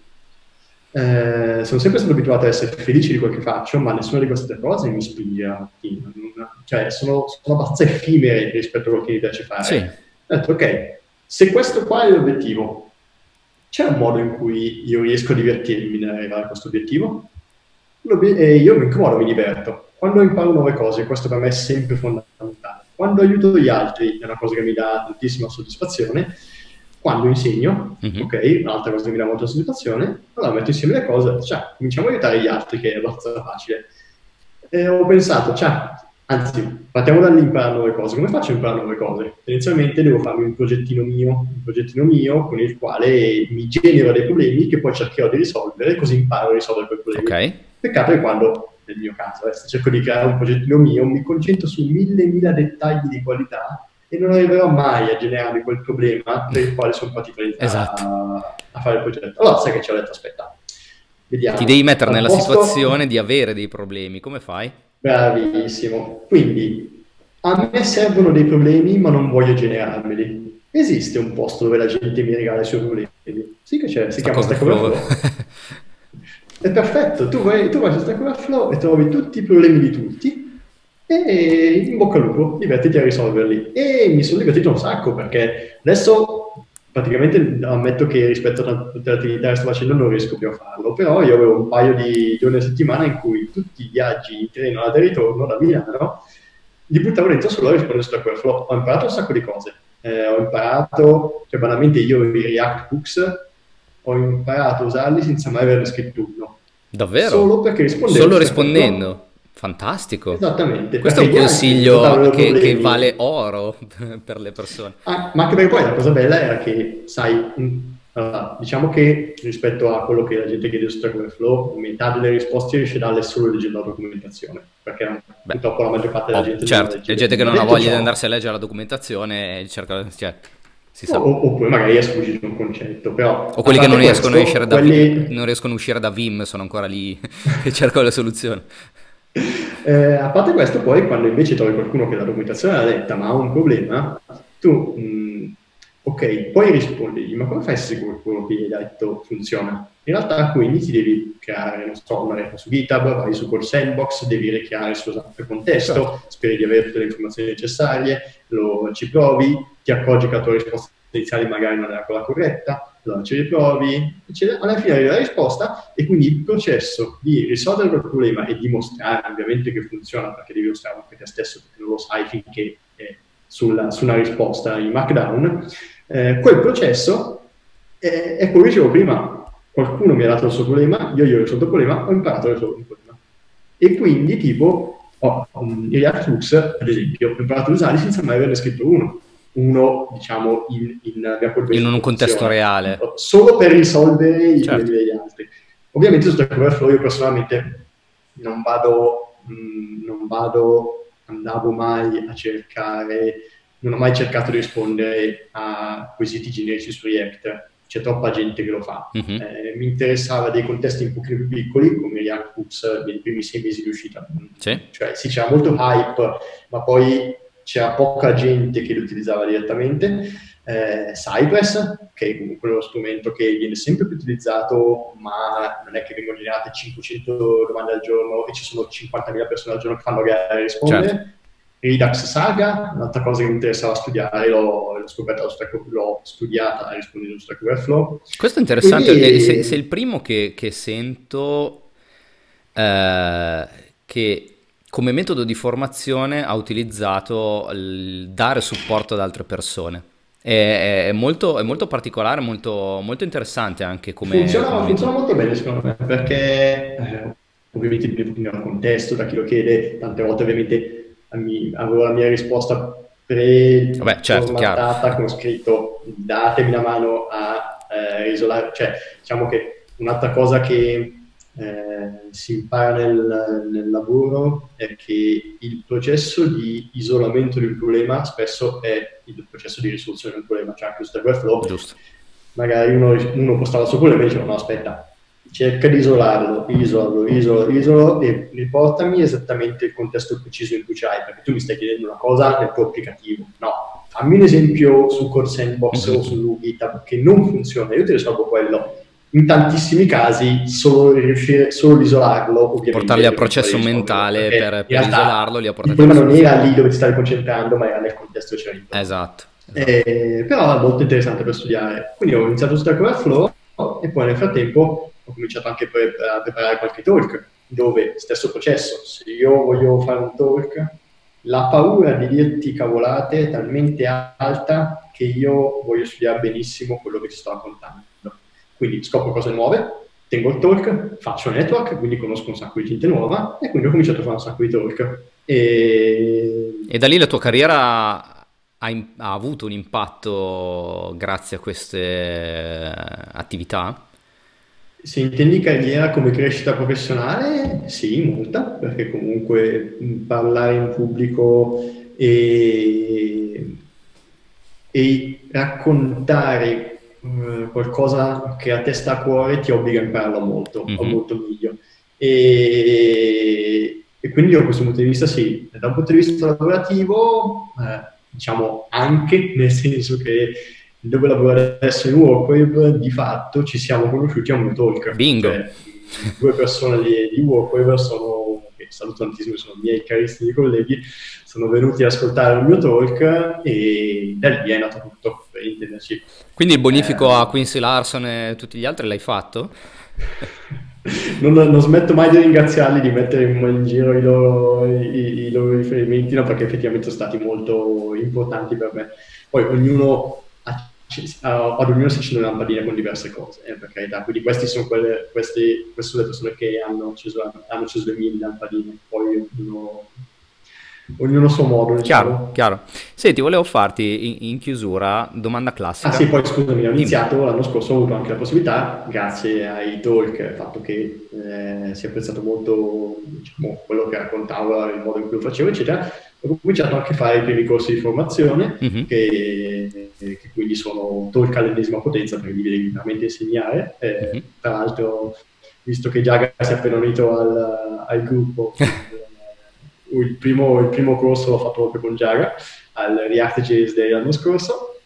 Eh, sono sempre stato abituato a essere felice di quel che faccio, ma nessuna di queste tre cose mi spinge la mattina. Non- cioè sono, sono abbastanza effimere rispetto a quello che mi piace fare. Sì. Ho detto, ok, se questo qua è l'obiettivo, c'è un modo in cui io riesco a divertirmi nell'arrivare a questo obiettivo? L'obiet- e io in che modo mi diverto? Quando imparo nuove cose, questo per me è sempre fondamentale. Quando aiuto gli altri è una cosa che mi dà tantissima soddisfazione. Quando insegno, Mhm. ok, un'altra cosa che mi dà molta soddisfazione, allora metto insieme le cose, cioè cominciamo a aiutare gli altri, che è abbastanza facile. E ho pensato, cioè, anzi, partiamo dall'imparare nuove cose. Come faccio a imparare nuove cose? Tendenzialmente devo farmi un progettino mio, un progettino mio con il quale mi genero dei problemi che poi cercherò di risolvere, così imparo a risolvere quei problemi. Ok. Peccato che quando, nel mio caso, eh, se cerco di creare un progettino mio, mi concentro su mille mila dettagli di qualità e non arriverò mai a generarmi quel problema per il quale sono partito a iniziare Esatto. a, a fare il progetto. Allora, sai che ci ho detto, aspetta, vediamo. Ti devi mettere Al nella posto... situazione di avere dei problemi. Come fai? Bravissimo. Quindi, a me servono dei problemi, ma non voglio generarmeli. Esiste un posto dove la gente mi regala i suoi problemi? Sì che c'è, si Stack chiama Stack Overflow. Overflow. È perfetto, tu vai, tu vai su Stack Overflow e trovi tutti i problemi di tutti e in bocca al lupo, divertiti a risolverli. E mi sono divertito un sacco perché adesso praticamente ammetto che rispetto a tutte le attività che sto facendo non riesco più a farlo, però io avevo un paio di giorni a settimana in cui tutti i viaggi in treno andata e ritorno da Milano li buttavo dentro solo a rispondere su Stack Overflow. Ho imparato un sacco di cose. Eh, ho imparato, cioè banalmente io i React Hooks ho imparato a usarli senza mai averne scritto uno. Davvero? Solo perché rispondevo Solo a Stack Overflow. rispondendo. Fantastico. Esattamente, Questo è perché un gli altri risolvevano i consiglio loro che, che problemi. vale oro per le persone. Ah, ma anche perché poi la cosa bella era che, sai, mh, allora, diciamo che rispetto a quello che la gente chiede su Stack Overflow, metà delle risposte riesce a darle solo leggendo la documentazione, perché Beh, purtroppo la maggior parte della oh, gente non la certo, legge. c'è gente che non ha Detto voglia di ciò, andarsi a leggere la documentazione e cerca, cioè, si o- sa. o- oppure magari esclusi un concetto, però O a quelli che non parte riescono a questo, uscire da, Vi- quelli... non riescono a uscire da Vim sono ancora lì che cercano le soluzioni. Eh, a parte questo, poi quando invece trovi qualcuno che la documentazione l'ha letta ma ha un problema, tu mh, Ok, poi rispondigli, ma come fai a essere sicuro che quello che gli hai detto funziona? In realtà quindi ti devi creare, non so, una repo su GitHub, vai su Core Sandbox, devi ricreare il suo esatto contesto, Certo. speri di avere tutte le informazioni necessarie, lo, ci provi, ti accorgi che la tua risposta iniziale magari non era quella corretta, allora ci riprovi, eccetera. Alla fine arriva la risposta e quindi il processo di risolvere quel problema e dimostrare ovviamente che funziona, perché devi mostrarlo anche te stesso, perché non lo sai finché è sulla, su una risposta in Markdown, eh, quel processo è, è come dicevo prima, qualcuno mi ha dato il suo problema, io gli ho risolto il problema, ho imparato a risolvere il problema. E quindi, tipo, oh, um, i React Hooks, ad esempio, ho imparato a usarli senza mai averne scritto uno. Uno, diciamo, in, in mia In colpa un contesto produzione, reale. solo per risolvere i Certo. problemi degli altri. Ovviamente su Stack Overflow io personalmente non vado, mh, non vado, andavo mai a cercare, non ho mai cercato di rispondere a quesiti generici su React, c'è troppa gente che lo fa. Mhm. Eh, mi interessava dei contesti un pochino più piccoli, come React Hooks nei primi sei mesi di uscita. Sì. Cioè sì, c'era molto hype, ma poi c'era poca gente che lo utilizzava direttamente. Eh, Cypress, che è comunque uno strumento che viene sempre più utilizzato, ma non è che vengono generate cinquecento domande al giorno e ci sono cinquantamila persone al giorno che fanno gare a rispondere. Certo. Redux Saga, un'altra cosa che mi interessava studiare, l'ho, l'ho scoperta, l'ho studiata rispondendo su Stack Overflow. Questo è interessante, Quindi, e sei, sei il primo che, che sento eh, che come metodo di formazione ha utilizzato il dare supporto ad altre persone. È, è molto, è molto particolare, molto, molto interessante anche come, come funziona, funziona metodo. molto bene secondo me, perché eh, ovviamente dipende dal contesto, da chi lo chiede, tante volte ovviamente mi, avevo la mia risposta Vabbè, certo, chiaro. pre-formattata con scritto datemi una mano a eh, isolare, cioè diciamo che un'altra cosa che eh, si impara nel, nel lavoro è che il processo di isolamento di un problema spesso è il processo di risoluzione di un problema, cioè anche su Stack Overflow Giusto. magari uno, uno postava il suo problema e diceva no aspetta, cerca di isolarlo, isolalo, isolo, isolo e riportami esattamente il contesto preciso in cui c'hai, perché tu mi stai chiedendo una cosa nel tuo applicativo. No, fammi un esempio su Core Sandbox Mhm. o su GitHub che non funziona, io ti risolvo quello. In tantissimi casi solo riuscire solo ad isolarlo, ovviamente Portarli al prima o poi processo risolverlo, mentale perché per, in per isolarlo, realtà li ha il portati alla problema non era soluzione. lì dove ti stavi concentrando, ma era nel contesto che c'era intorno. Esatto, esatto. Eh, però è molto interessante per studiare. Quindi ho iniziato su Stack Overflow e poi nel frattempo ho cominciato anche pre- a preparare qualche talk, dove stesso processo, se io voglio fare un talk, la paura di dirti cavolate è talmente alta che io voglio studiare benissimo quello che ti sto raccontando. Quindi scopro cose nuove, tengo il talk, faccio network, quindi conosco un sacco di gente nuova e quindi ho cominciato a fare un sacco di talk. E E da lì la tua carriera ha, im- ha avuto un impatto grazie a queste eh, attività? se intendi carriera come crescita professionale, sì, molta, perché comunque mh, parlare in pubblico e, e raccontare eh, qualcosa che a te sta a cuore ti obbliga a impararlo molto, o Mhm. molto meglio. E, e quindi da questo punto di vista sì, da un punto di vista lavorativo, eh, diciamo anche nel senso che dove lavoro adesso in Workwave, di fatto ci siamo conosciuti a un talk, Bingo. cioè due persone di, di Workwave sono, che saluto tantissimo, sono miei carissimi colleghi, sono venuti ad ascoltare il mio talk e da lì è nato tutto, per intenderci. Quindi il bonifico a Eh, Quincy Larson e tutti gli altri l'hai fatto? non, non smetto mai di ringraziarli, di mettere in, in giro i loro, i, i loro riferimenti, no, perché effettivamente sono stati molto importanti per me. Poi ognuno ad ognuno si accende una lampadina con diverse cose, eh, per carità. Quindi questi sono quelle, questi, queste sono le persone che hanno acceso, hanno acceso le mie lampadine, poi ognuno, ognuno a suo modo, Chiaro, diciamo. chiaro. Senti, volevo farti in, in chiusura domanda Ah sì, classica. poi scusami, ho Dimmi. iniziato l'anno scorso, ho avuto anche la possibilità, grazie ai talk, il fatto che eh, si è apprezzato molto diciamo, quello che raccontavo, il modo in cui lo facevo, eccetera, ho cominciato anche a fare i primi corsi di formazione, Mhm. che, che quindi sono talk all'ennesima potenza, perché li devi veramente insegnare. Eh, Mhm. tra l'altro, visto che Giaga si è appena unito al, al gruppo, il, il, primo, il primo corso l'ho fatto proprio con Giaga, al React J S Day l'anno scorso,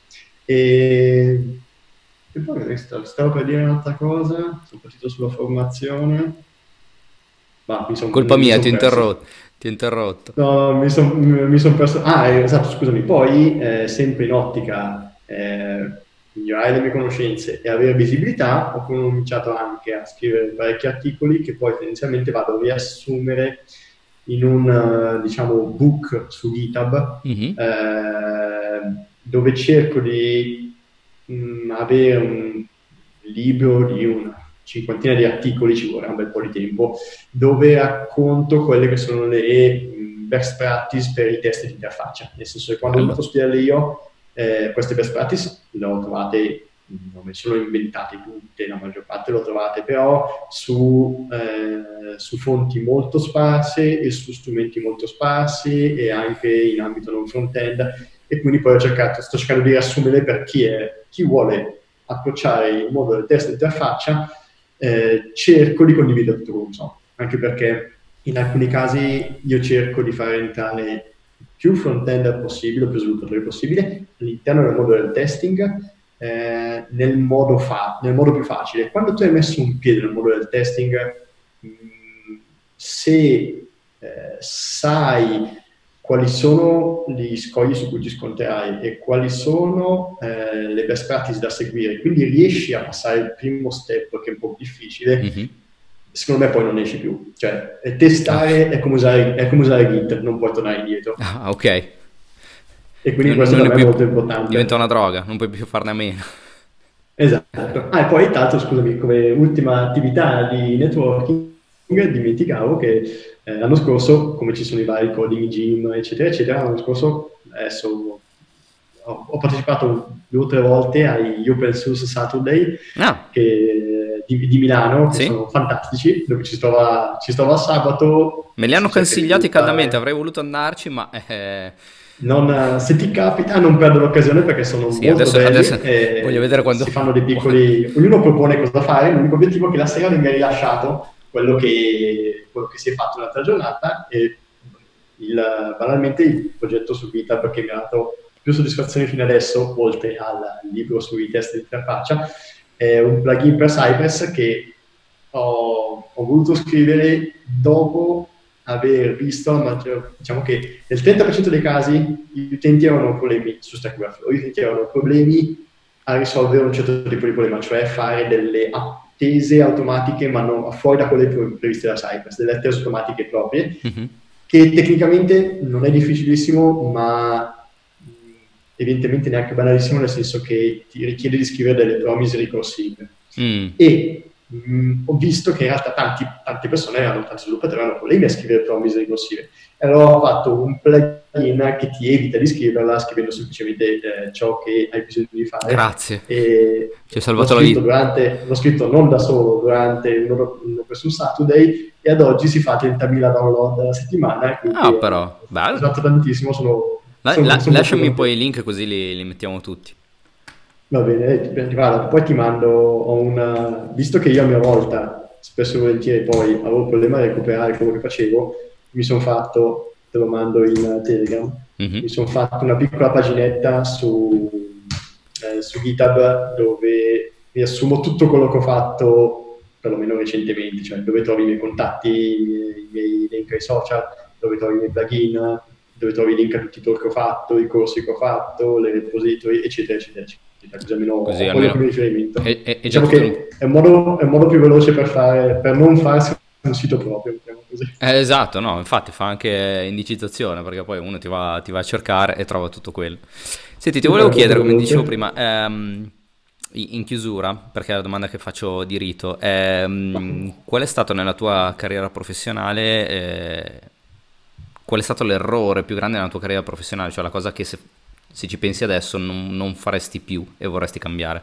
E, e poi stavo, stavo per dire un'altra cosa, sono partito sulla formazione, ma mi sono Colpa mi mia, ti son ho perso. interrotto. Ti ho interrotto. No, mi sono son perso. Ah, eh, esatto, scusami. Poi, eh, sempre in ottica eh, migliorare le mie conoscenze e avere visibilità, ho cominciato anche a scrivere parecchi articoli che poi tendenzialmente vado a riassumere in un, eh, diciamo, book su GitHub, Mhm. eh, dove cerco di mh, avere un libro di una cinquantina di articoli, ci vorrà un bel po' di tempo, dove racconto quelle che sono le mh, best practice per i test di interfaccia. Nel senso che quando ho Bello. iniziato a studiarle io, eh, queste best practice le ho trovate, non me le sono inventate tutte, la maggior parte le ho trovate, però su, eh, su fonti molto sparse e su strumenti molto sparsi e anche in ambito non front-end, e quindi poi ho cercato, sto cercando di riassumerle per chi, è, chi vuole approcciare il mondo del test di interfaccia. Eh, cerco di condividere tutto quello che so, anche perché in alcuni casi io cerco di fare entrare più front-end possibile, più sviluppatori possibile all'interno del mondo del testing, eh, nel, modo fa- nel modo più facile. Quando tu hai messo un piede nel mondo del testing, mh, se eh, sai quali sono gli scogli su cui ti sconterai e quali sono eh, le best practice da seguire, quindi riesci a passare il primo step, che è un po' difficile, Mhm. secondo me poi non esci più. Cioè, Ah, testare è come usare, è come usare Git, non puoi tornare indietro. ah, ok. E quindi Non, questo non per è me è più, molto diventa una importante. droga, non puoi più farne a meno. Esatto. Ah, e poi tra l'altro, scusami, come ultima attività di networking, dimenticavo che eh, l'anno scorso, come ci sono i vari coding gym, eccetera, eccetera, l'anno scorso adesso ho, ho partecipato due o tre volte agli Open Source Saturday Ah, che- di, di Milano, che sì? sono fantastici, dove ci si trova, ci si trova sabato, Me li hanno si cerca di consigliati caldamente, sviluppare. avrei voluto andarci, ma eh, Non, se ti capita, non perdo l'occasione perché sono sì, molto adesso, adesso belli voglio vedere e quando... si fanno dei qua- piccoli. Ognuno propone cosa fare, l'unico obiettivo è che la sera venga rilasciato quello che, quello che si è fatto nell'altra giornata, e il, banalmente il progetto su GitHub che mi ha dato più soddisfazione fino adesso, oltre al libro sui test di interfaccia, è un plugin per Cypress che ho, ho voluto scrivere dopo aver visto la maggior, diciamo che nel trenta per cento dei casi gli utenti avevano problemi su Stack Overflow, gli utenti avevano problemi a risolvere un certo tipo di problema, cioè fare delle attese automatiche, ma non fuori da quelle previste da Cypress, delle attese automatiche proprie, Mhm. che tecnicamente non è difficilissimo, ma mh, evidentemente neanche banalissimo, nel senso che ti richiede di scrivere delle promise ricorsive. Mm. E mh, ho visto che in realtà tanti, tante persone, erano, tanti sviluppatori avevano problemi a scrivere promise ricorsive. E allora ho fatto un plugin che ti evita di scriverla scrivendo semplicemente eh, ciò che hai bisogno di fare. Grazie, E ci hai l'ho salvato la scritto, vita. durante, l'ho scritto non da solo, durante un Open Saturday, e ad oggi si fa trentamila download alla settimana, quindi Ah, è però, bello. usato tantissimo, sono, La- sono, la- sono molto lasciami poi i contento. link così li, li mettiamo tutti. Va bene, eh, ti- guarda, poi ti mando ho una, visto che io a mia volta, spesso e volentieri poi avevo problema a recuperare quello che facevo, mi sono fatto, te lo mando in Telegram, Mhm. mi sono fatto una piccola paginetta su, eh, su GitHub dove riassumo tutto quello che ho fatto, perlomeno recentemente, cioè dove trovi i miei contatti, i miei link ai social, dove trovi i miei plugin, dove trovi i link a tutti i tour che ho fatto, i corsi che ho fatto, le repository, eccetera, eccetera, eccetera. Così almeno Così ho quello almeno come riferimento. è, è- è già Diciamo tutto... in- che è un modo, è un modo più veloce per, fare, per non farsi un sito proprio, diciamo così. Eh, esatto, no, infatti fa anche indicizzazione perché poi uno ti va, ti va a cercare e trova tutto quello. Senti, ti Sì, volevo poi è molto chiedere, come dicevo veloce. prima, ehm, in in chiusura, perché è la domanda che faccio di rito, ehm, qual è stato nella tua carriera professionale, eh, qual è stato l'errore più grande nella tua carriera professionale, cioè la cosa che se, se ci pensi adesso non, non faresti più e vorresti cambiare,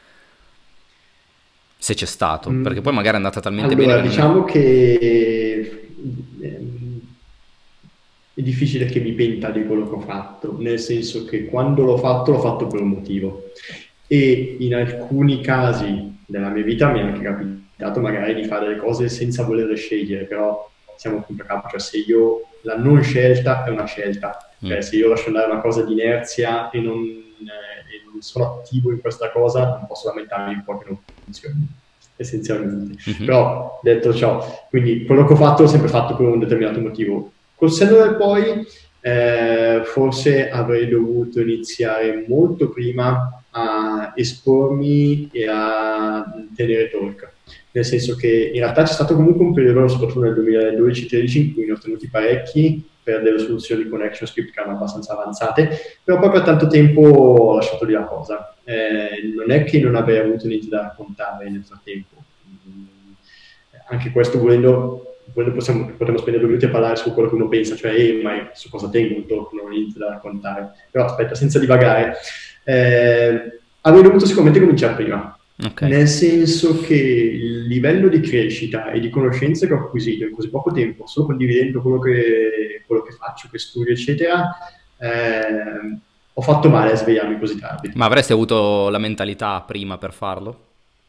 se c'è stato, perché poi Mm, magari è andata talmente bene Allora, che non è... diciamo che ehm, è difficile che mi penta di quello che ho fatto, nel senso che quando l'ho fatto, l'ho fatto per un motivo. E in alcuni casi della mia vita mi è anche capitato magari di fare delle cose senza voler scegliere, però siamo punto a capo, cioè se io la non scelta è una scelta, Mm. cioè se io lascio andare una cosa di inerzia e non, eh, e sono attivo in questa cosa, non posso lamentarmi un po' che non funzioni, essenzialmente. Mhm. Però, detto ciò, quindi quello che ho fatto l'ho sempre fatto per un determinato motivo. Col senno del poi, eh, forse avrei dovuto iniziare molto prima a espormi e a tenere talk. Nel senso che in realtà c'è stato comunque un periodo, soprattutto nel duemiladodici tredici, in cui ne ho tenuti parecchi per delle soluzioni con ActionScript che erano abbastanza avanzate, però poi per tanto tempo ho lasciato lì la cosa. Eh, non è che non avrei avuto niente da raccontare nel frattempo. Mm, anche questo, volendo, volendo possiamo, potremmo spendere due minuti a parlare su quello che uno pensa, cioè, eh, ma su cosa tengo un talk, non ho niente da raccontare. Però aspetta, senza divagare, eh, avrei dovuto sicuramente cominciare prima. Okay. Nel senso che il livello di crescita e di conoscenze che ho acquisito in così poco tempo, solo condividendo quello che, quello che faccio, che studio, eccetera, eh, ho fatto male a svegliarmi così tardi. Ma avresti avuto la mentalità prima per farlo?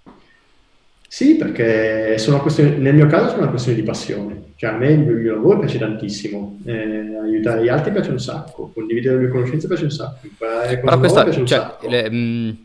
Sì, perché sono una questione, nel mio caso sono una questione di passione. Cioè a me il mio, il mio lavoro piace tantissimo, eh, aiutare gli altri piace un sacco, condividere le mie conoscenze piace un sacco, imparare cose Però nuove questa, piace un cioè, sacco. le- mh,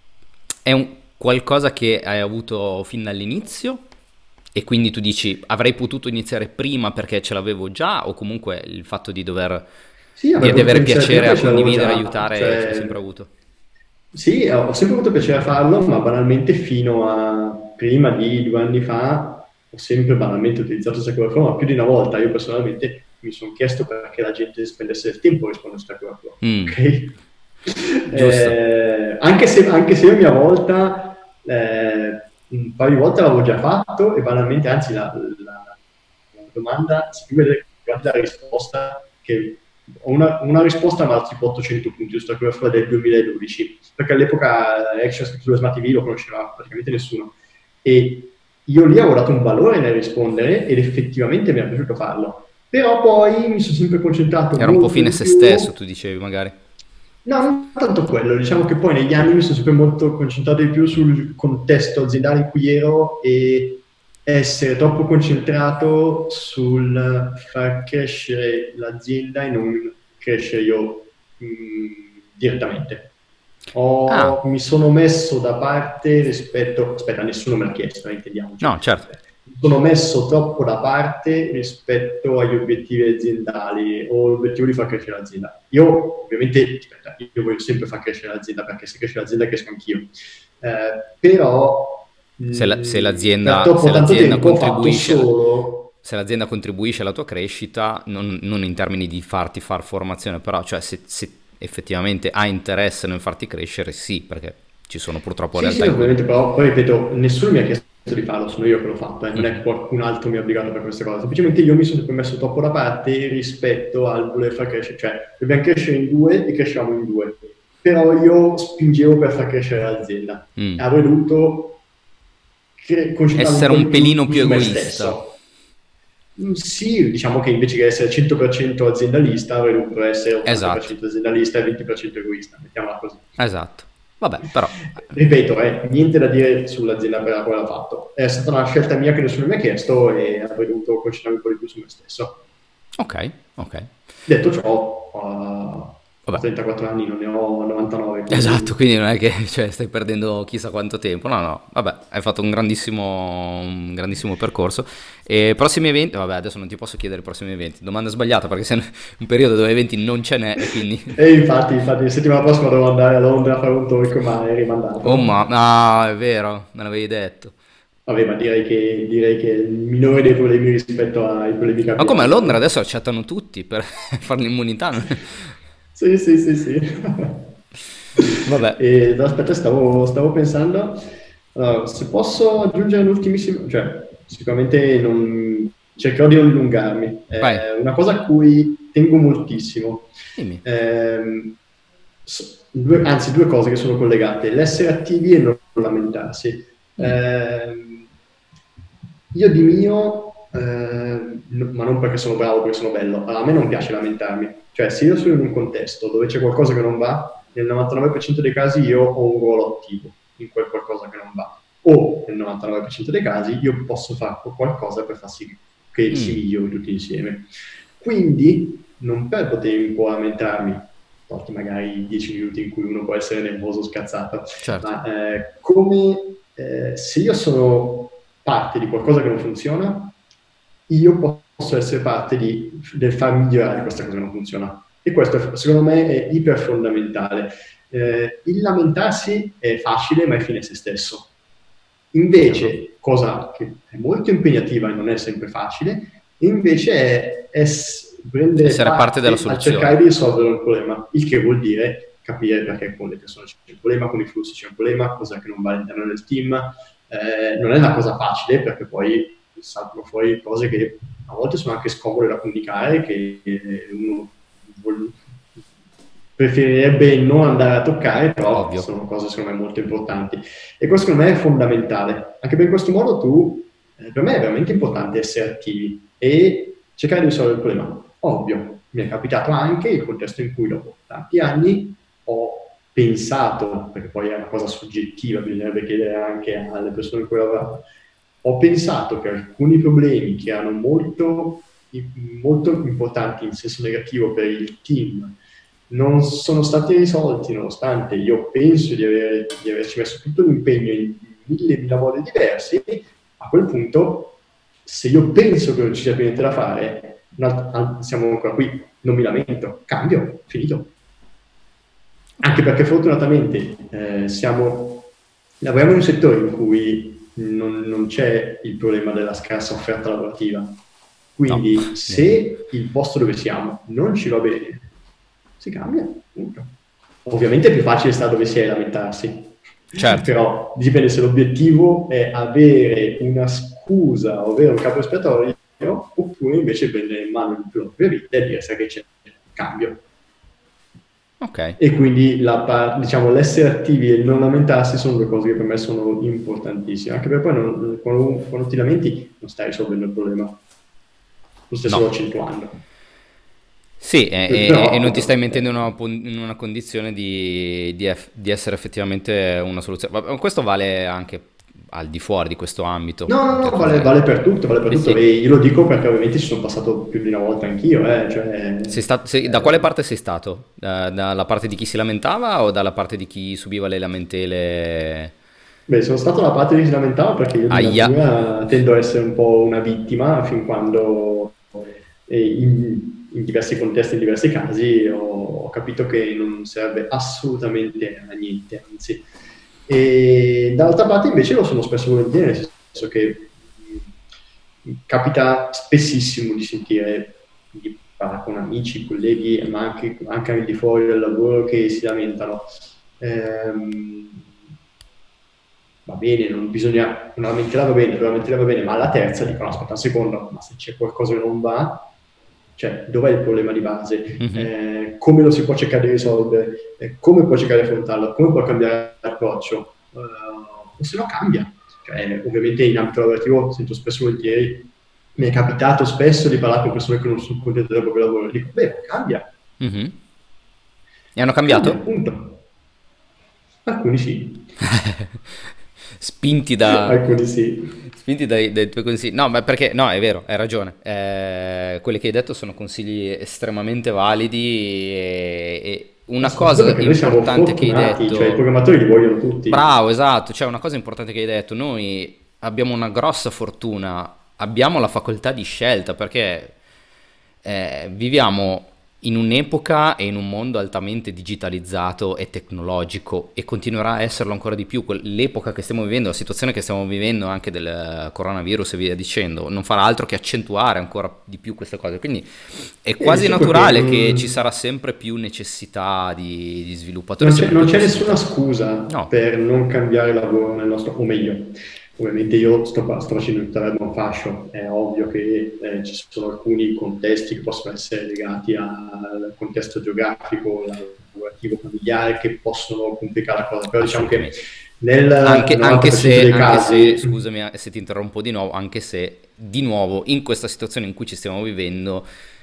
è un qualcosa che hai avuto fin dall'inizio e quindi tu dici avrei potuto iniziare prima perché ce l'avevo già o comunque il fatto di dover, Sì, di, avrei di potuto avere iniziare prima piacere a perché ce l'avevo condividere, già, aiutare, ce l'hai sempre cioè, avuto. sì, ho sempre avuto piacere a farlo, ma banalmente fino a prima di due anni fa ho sempre banalmente utilizzato Stack Overflow, ma più di una volta io personalmente mi sono chiesto perché la gente spendesse del tempo a rispondere a Stack Overflow, Mm, ok? giusto. Eh, anche se, anche se io a mia volta, eh, un paio di volte l'avevo già fatto e banalmente, anzi la, la- la domanda si vede guarda la risposta che ho una, una risposta ma tipo ottocento punti su Stack Overflow del duemiladodici, perché all'epoca ActionScript sulla Smart T V lo conosceva praticamente nessuno e io lì avevo dato un valore nel rispondere ed effettivamente mi è piaciuto farlo, però poi mi sono sempre concentrato Era un po' molto fine a di se stesso, più. tu dicevi magari. No, non tanto quello, diciamo che poi negli anni mi sono sempre molto concentrato di più sul contesto aziendale in cui ero e essere troppo concentrato sul far crescere l'azienda e non crescere io mh, direttamente. Ah, Ho- mi sono messo da parte rispetto, aspetta, nessuno me l'ha chiesto, eh, intendiamoci. no, certo. Mi sono messo troppo da parte rispetto agli obiettivi aziendali o l'obiettivo di far crescere l'azienda. Io ovviamente, aspetta, io voglio sempre far crescere l'azienda perché se cresce l'azienda cresco anch'io. Eh, però Se la- se mh, per l'azienda, se troppo tanto l'azienda tempo ho fatto contribuisce, solo. se l'azienda contribuisce alla tua crescita, non, non in termini di farti far formazione, però cioè se, se effettivamente ha interesse nel farti crescere, sì, perché ci sono purtroppo Sì, sì, realtà in cui... ovviamente, però poi ripeto, nessuno mi ha chiesto di farlo, sono io che l'ho fatto, eh, non è che Mhm. qualcun altro mi ha obbligato per queste cose, semplicemente io mi sono sempre messo troppo da parte rispetto al voler far crescere, cioè dobbiamo crescere in due e cresciamo in due, però io spingevo per far crescere l'azienda, Mm. avrei dovuto cre- concentrarmi un Essere po' di un pelino più più su me egoista. stesso. Mm, sì, diciamo che invece che essere cento per cento aziendalista avrei dovuto essere Esatto, ottanta per cento aziendalista e venti per cento egoista, mettiamola così. esatto. Vabbè, però... Ripeto, eh, niente da dire sull'azienda per la quale l'ho fatto. È stata una scelta mia che nessuno mi ha chiesto e avrei dovuto concentrarmi un po' di più su me stesso. Ok, ok. Detto ciò, uh, ho Vabbè. trentaquattro anni, non ne ho novantanove, Esatto, quindi quindi non è che cioè, stai perdendo chissà quanto tempo. No, no, vabbè, hai fatto un grandissimo, un grandissimo percorso. E prossimi eventi, vabbè, adesso non ti posso chiedere i prossimi eventi. Domanda sbagliata perché sei in un periodo dove eventi non ce n'è e quindi... e infatti, infatti, la settimana prossima devo andare a Londra a fare un talk, ma è Oh rimandato. ma... No, è vero, me l'avevi detto. Vabbè, ma direi che, direi che è il minore dei problemi rispetto ai problemi che Ma come a abbiamo. Londra Eh. adesso accettano tutti per fare l'immunità? Sì, sì, sì, sì. Vabbè, E, no, aspetta, stavo, stavo pensando, allora, se posso aggiungere l'ultimissimo, cioè sicuramente non, cercherò di non dilungarmi. vai, Eh, una cosa a cui tengo moltissimo, dimmi. ehm, s- due- anzi due cose che sono collegate, l'essere attivi e non lamentarsi. Mm, Ehm, io di mio, eh, no- ma non perché sono bravo, perché sono bello, a me non piace lamentarmi. Cioè, se io sono in un contesto dove c'è qualcosa che non va, nel novantanove per cento dei casi io ho un ruolo attivo in quel qualcosa che non va. O nel novantanove per cento dei casi io posso fare qualcosa per far sì che si mm, migliori tutti insieme. Quindi non perdo tempo a lamentarmi. tolti magari dieci minuti in cui uno può essere nervoso, scazzato, Certo. ma eh, come eh, se io sono parte di qualcosa che non funziona, io posso essere parte di, del far migliorare questa cosa che non funziona. E questo secondo me è iper fondamentale. Eh, il lamentarsi è facile, ma è fine a se stesso. Invece, cosa che è molto impegnativa e non è sempre facile, invece è, è prendere Essere parte della parte a soluzione. cercare di risolvere un problema, il che vuol dire capire perché con le persone c'è un problema, con i flussi c'è un problema, cosa che non va all'interno del team. Eh, non è una cosa facile, perché poi saltano fuori cose che a volte sono anche scomode da comunicare, che uno vuol, preferirebbe non andare a toccare, però Ovvio. sono cose secondo me molto importanti. E questo secondo me è fondamentale, anche perché in questo modo tu, eh, per me è veramente importante essere attivi e cercare di risolvere il problema. Ovvio, mi è capitato anche il contesto in cui dopo tanti anni ho pensato, perché poi è una cosa soggettiva, bisognerebbe chiedere anche alle persone con cui lavoravo, ho pensato che alcuni problemi che erano molto, molto importanti in senso negativo per il team non sono stati risolti, nonostante io penso di, avere, di averci messo tutto l'impegno in mille mille modi diversi. A quel punto, se io penso che non ci sia più niente da fare, siamo ancora qui, non mi lamento, cambio, finito. Anche perché fortunatamente eh, siamo, lavoriamo in un settore in cui non, non c'è il problema della scarsa offerta lavorativa. Quindi no. Se il posto dove siamo non ci va bene, si cambia. Ovviamente è più facile stare dove si è e lamentarsi. Certo. Però dipende se l'obiettivo è avere una scusa o avere un capo espiatorio, oppure invece prendere in mano il proprio vita e dire che c'è un cambio. Okay. E quindi la, diciamo, l'essere attivi e il non lamentarsi sono due cose che per me sono importantissime, anche perché poi non, quando, quando ti lamenti non stai risolvendo il problema, lo stai solo accentuando. Sì, e, Però, e non ti stai mettendo in una, in una condizione di, di, di essere effettivamente una soluzione. Ma questo vale anche al di fuori di questo ambito. No, no, no, vale, vale per tutto, vale per tutto. Sì. E io lo dico perché ovviamente ci sono passato più di una volta anch'io. Eh, cioè, sei stato, sei, da quale parte sei stato? Da, dalla parte di chi si lamentava o dalla parte di chi subiva le lamentele? Beh, sono stato dalla parte di chi si lamentava, perché io di natura tendo a essere un po' una vittima fin quando in, in diversi contesti, in diversi casi ho, ho capito che non serve assolutamente a niente, anzi. E dall'altra parte invece lo sono spesso volentieri, nel senso che mh, capita spessissimo di sentire, di parlare con amici, colleghi, ma anche, anche al di fuori del lavoro, che si lamentano. Ehm, va bene, non bisogna, una lamentela va bene, due lamentela va bene, ma alla terza dicono aspetta un secondo, ma se c'è qualcosa che non va, cioè dov'è il problema di base? Mm-hmm. Eh, come lo si può cercare di risolvere? Eh, come può cercare di affrontarlo? Come può cambiare l'approccio? Uh, o se no cambia. Cioè, ovviamente in ambito lavorativo sento spesso volentieri, mi è capitato spesso di parlare con persone che non sono contente del proprio lavoro, e dico, beh, cambia. Mm-hmm. E hanno cambiato? Cambia, appunto. Alcuni sì. Spinti da... Alcuni sì. Spinti dai, dai tuoi consigli. No, ma perché... No, è vero, hai ragione. Eh, quelli che hai detto sono consigli estremamente validi e... e una cosa importante che hai detto... Cioè i programmatori li vogliono tutti. Bravo, esatto. Cioè una cosa importante che hai detto. Noi abbiamo una grossa fortuna. Abbiamo la facoltà di scelta perché eh, viviamo in un'epoca e in un mondo altamente digitalizzato e tecnologico, e continuerà a esserlo ancora di più. L'epoca che stiamo vivendo, la situazione che stiamo vivendo anche del coronavirus e via dicendo, non farà altro che accentuare ancora di più queste cose. Quindi è quasi eh, naturale che, che ci sarà sempre più necessità di, di sviluppatori. Non c'è, non c'è nessuna scusa no. per non cambiare lavoro nel nostro, o meglio, ovviamente io sto, sto facendo il terreno fascio, è ovvio che eh, ci sono alcuni contesti che possono essere legati al contesto geografico, lavorativo, familiare, che possono complicare la cosa, però diciamo che nel anche, anche, se, dei anche casi... se, scusami se ti interrompo di nuovo, anche se di nuovo in questa situazione in cui ci stiamo vivendo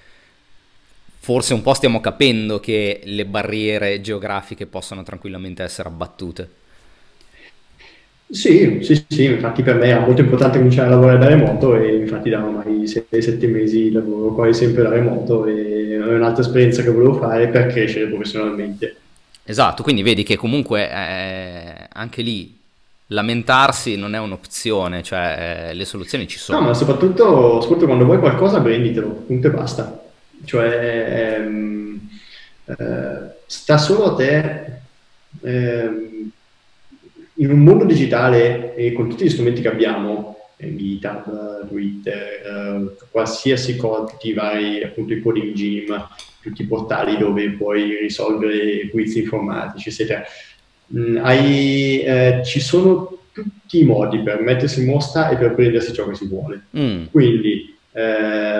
forse un po' stiamo capendo che le barriere geografiche possono tranquillamente essere abbattute. Sì, sì, sì, infatti per me era molto importante cominciare a lavorare da remoto e infatti da ormai sei sette mesi lavoro quasi sempre da remoto e è un'altra esperienza che volevo fare per crescere professionalmente. Esatto, quindi vedi che comunque eh, anche lì lamentarsi non è un'opzione, cioè eh, le soluzioni ci No, sono. ma soprattutto, soprattutto quando vuoi qualcosa, prenditelo, punto e basta. Cioè, ehm, eh, sta solo a te, ehm, in un mondo digitale e con tutti gli strumenti che abbiamo, eh, GitHub, Twitter, eh, qualsiasi cosa, tutti i vari, appunto, i coding gym, tutti i portali dove puoi risolvere quiz informatici, eccetera. Mm, hai, eh, ci sono tutti i modi per mettersi in mostra e per prendersi ciò che si vuole. Mm, Quindi, eh,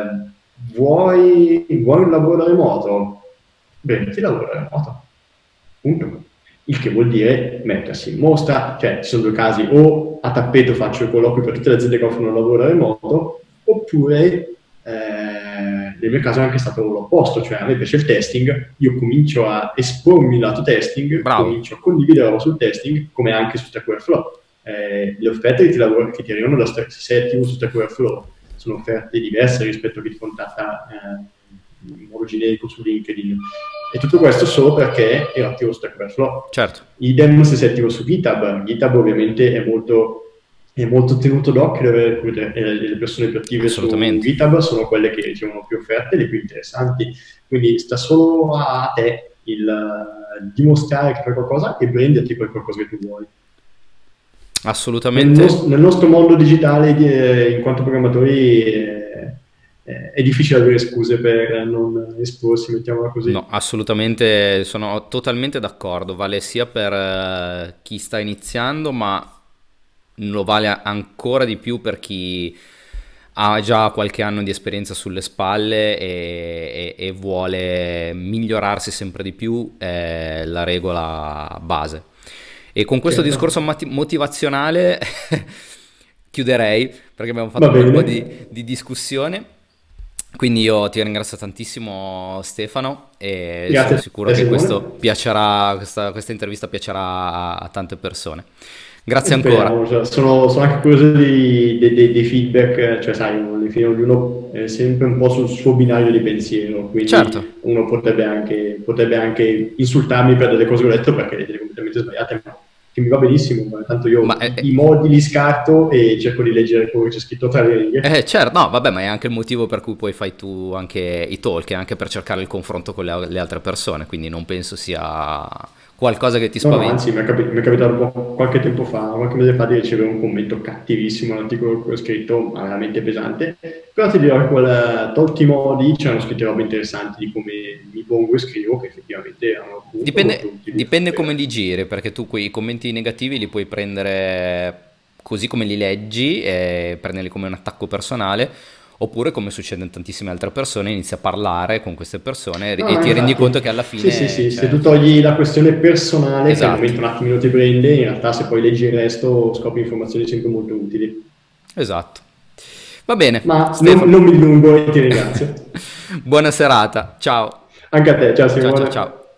vuoi, vuoi un lavoro da remoto? Prenditi il lavoro da remoto. Punto. Il che vuol dire mettersi in mostra, cioè ci sono due casi, o a tappeto faccio i colloqui per tutte le aziende che offrono un lavoro da remoto, oppure eh, nel mio caso è anche stato l'opposto, cioè a me piace il testing, io comincio a espormi il lato testing, bravo, comincio a condividere roba sul testing, come anche su Stack Overflow. Eh, le offerte che ti, lavoro, che ti arrivano da Stack, se sei attivo su Stack Overflow sono offerte diverse rispetto a chi ti contatta eh, in modo generico su LinkedIn. E tutto questo solo perché ero attivo su Stack Overflow. certo, Idem se sei attivo su GitHub. GitHub ovviamente è molto, è molto tenuto d'occhio, dove le persone più attive su assolutamente. GitHub sono quelle che ricevono più offerte, le più interessanti. Quindi sta solo a te il uh, dimostrare che fai qualcosa e prenderti quel qualcosa che tu vuoi. Nel, Assolutamente. nos- nel nostro mondo digitale, eh, in quanto programmatori, eh, eh, è difficile avere scuse per non esporsi, mettiamola No, così. assolutamente, sono totalmente d'accordo. Vale sia per eh, chi sta iniziando, ma lo vale ancora di più per chi ha già qualche anno di esperienza sulle spalle e, e- e vuole migliorarsi sempre di più, è la regola base. E con questo Certo, discorso mati- motivazionale chiuderei perché abbiamo va fatto un bel po' di, bene. di discussione. Quindi io ti ringrazio tantissimo Stefano e sono Grazie a sicuro te che questo Simone. piacerà, questa, questa intervista piacerà a, a tante persone. Grazie Speriamo, ancora. cioè, sono, sono anche curioso di- de- de- dei feedback, cioè sai, alla fine ognuno è sempre un po' sul suo binario di pensiero, Certo, quindi uno potrebbe anche, potrebbe anche insultarmi per delle cose che ho detto perché le dite completamente sbagliate, ma che mi va benissimo, ma tanto ma io è, i, i modi li scarto e cerco di leggere quello che c'è scritto tra le righe. Eh, certo, no, vabbè, ma è anche il motivo per cui poi fai tu anche i talk, è anche per cercare il confronto con le, le altre persone, quindi non penso sia qualcosa che ti No, no, spaventi. anzi, mi è, capi- mi è capitato po- qualche tempo fa, qualche mese fa, di ricevere un commento cattivissimo all'articolo che ho scritto, ma veramente pesante. Però ti dirò che quel, tolti i modi c'erano scritte robe interessanti di come mi pongo e scrivo, che effettivamente erano molto, molto Dipende, utili da dipende come sapere. li giri, perché tu quei commenti negativi li puoi prendere così come li leggi e prenderli come un attacco personale, oppure come succede in tantissime altre persone, inizi a parlare con queste persone No, e no, ti rendi infatti, conto che alla sì, sì, fine, sì, se cioè, tu togli la questione personale, che al esatto, momento un attimino ti prende, in realtà se poi leggi il resto scopri informazioni sempre molto utili. esatto. Va bene, Ma non, Stefano. non mi dilungo e ti ringrazio. Buona serata, ciao. Anche a te, ciao Ciao ciao Simone. ciao.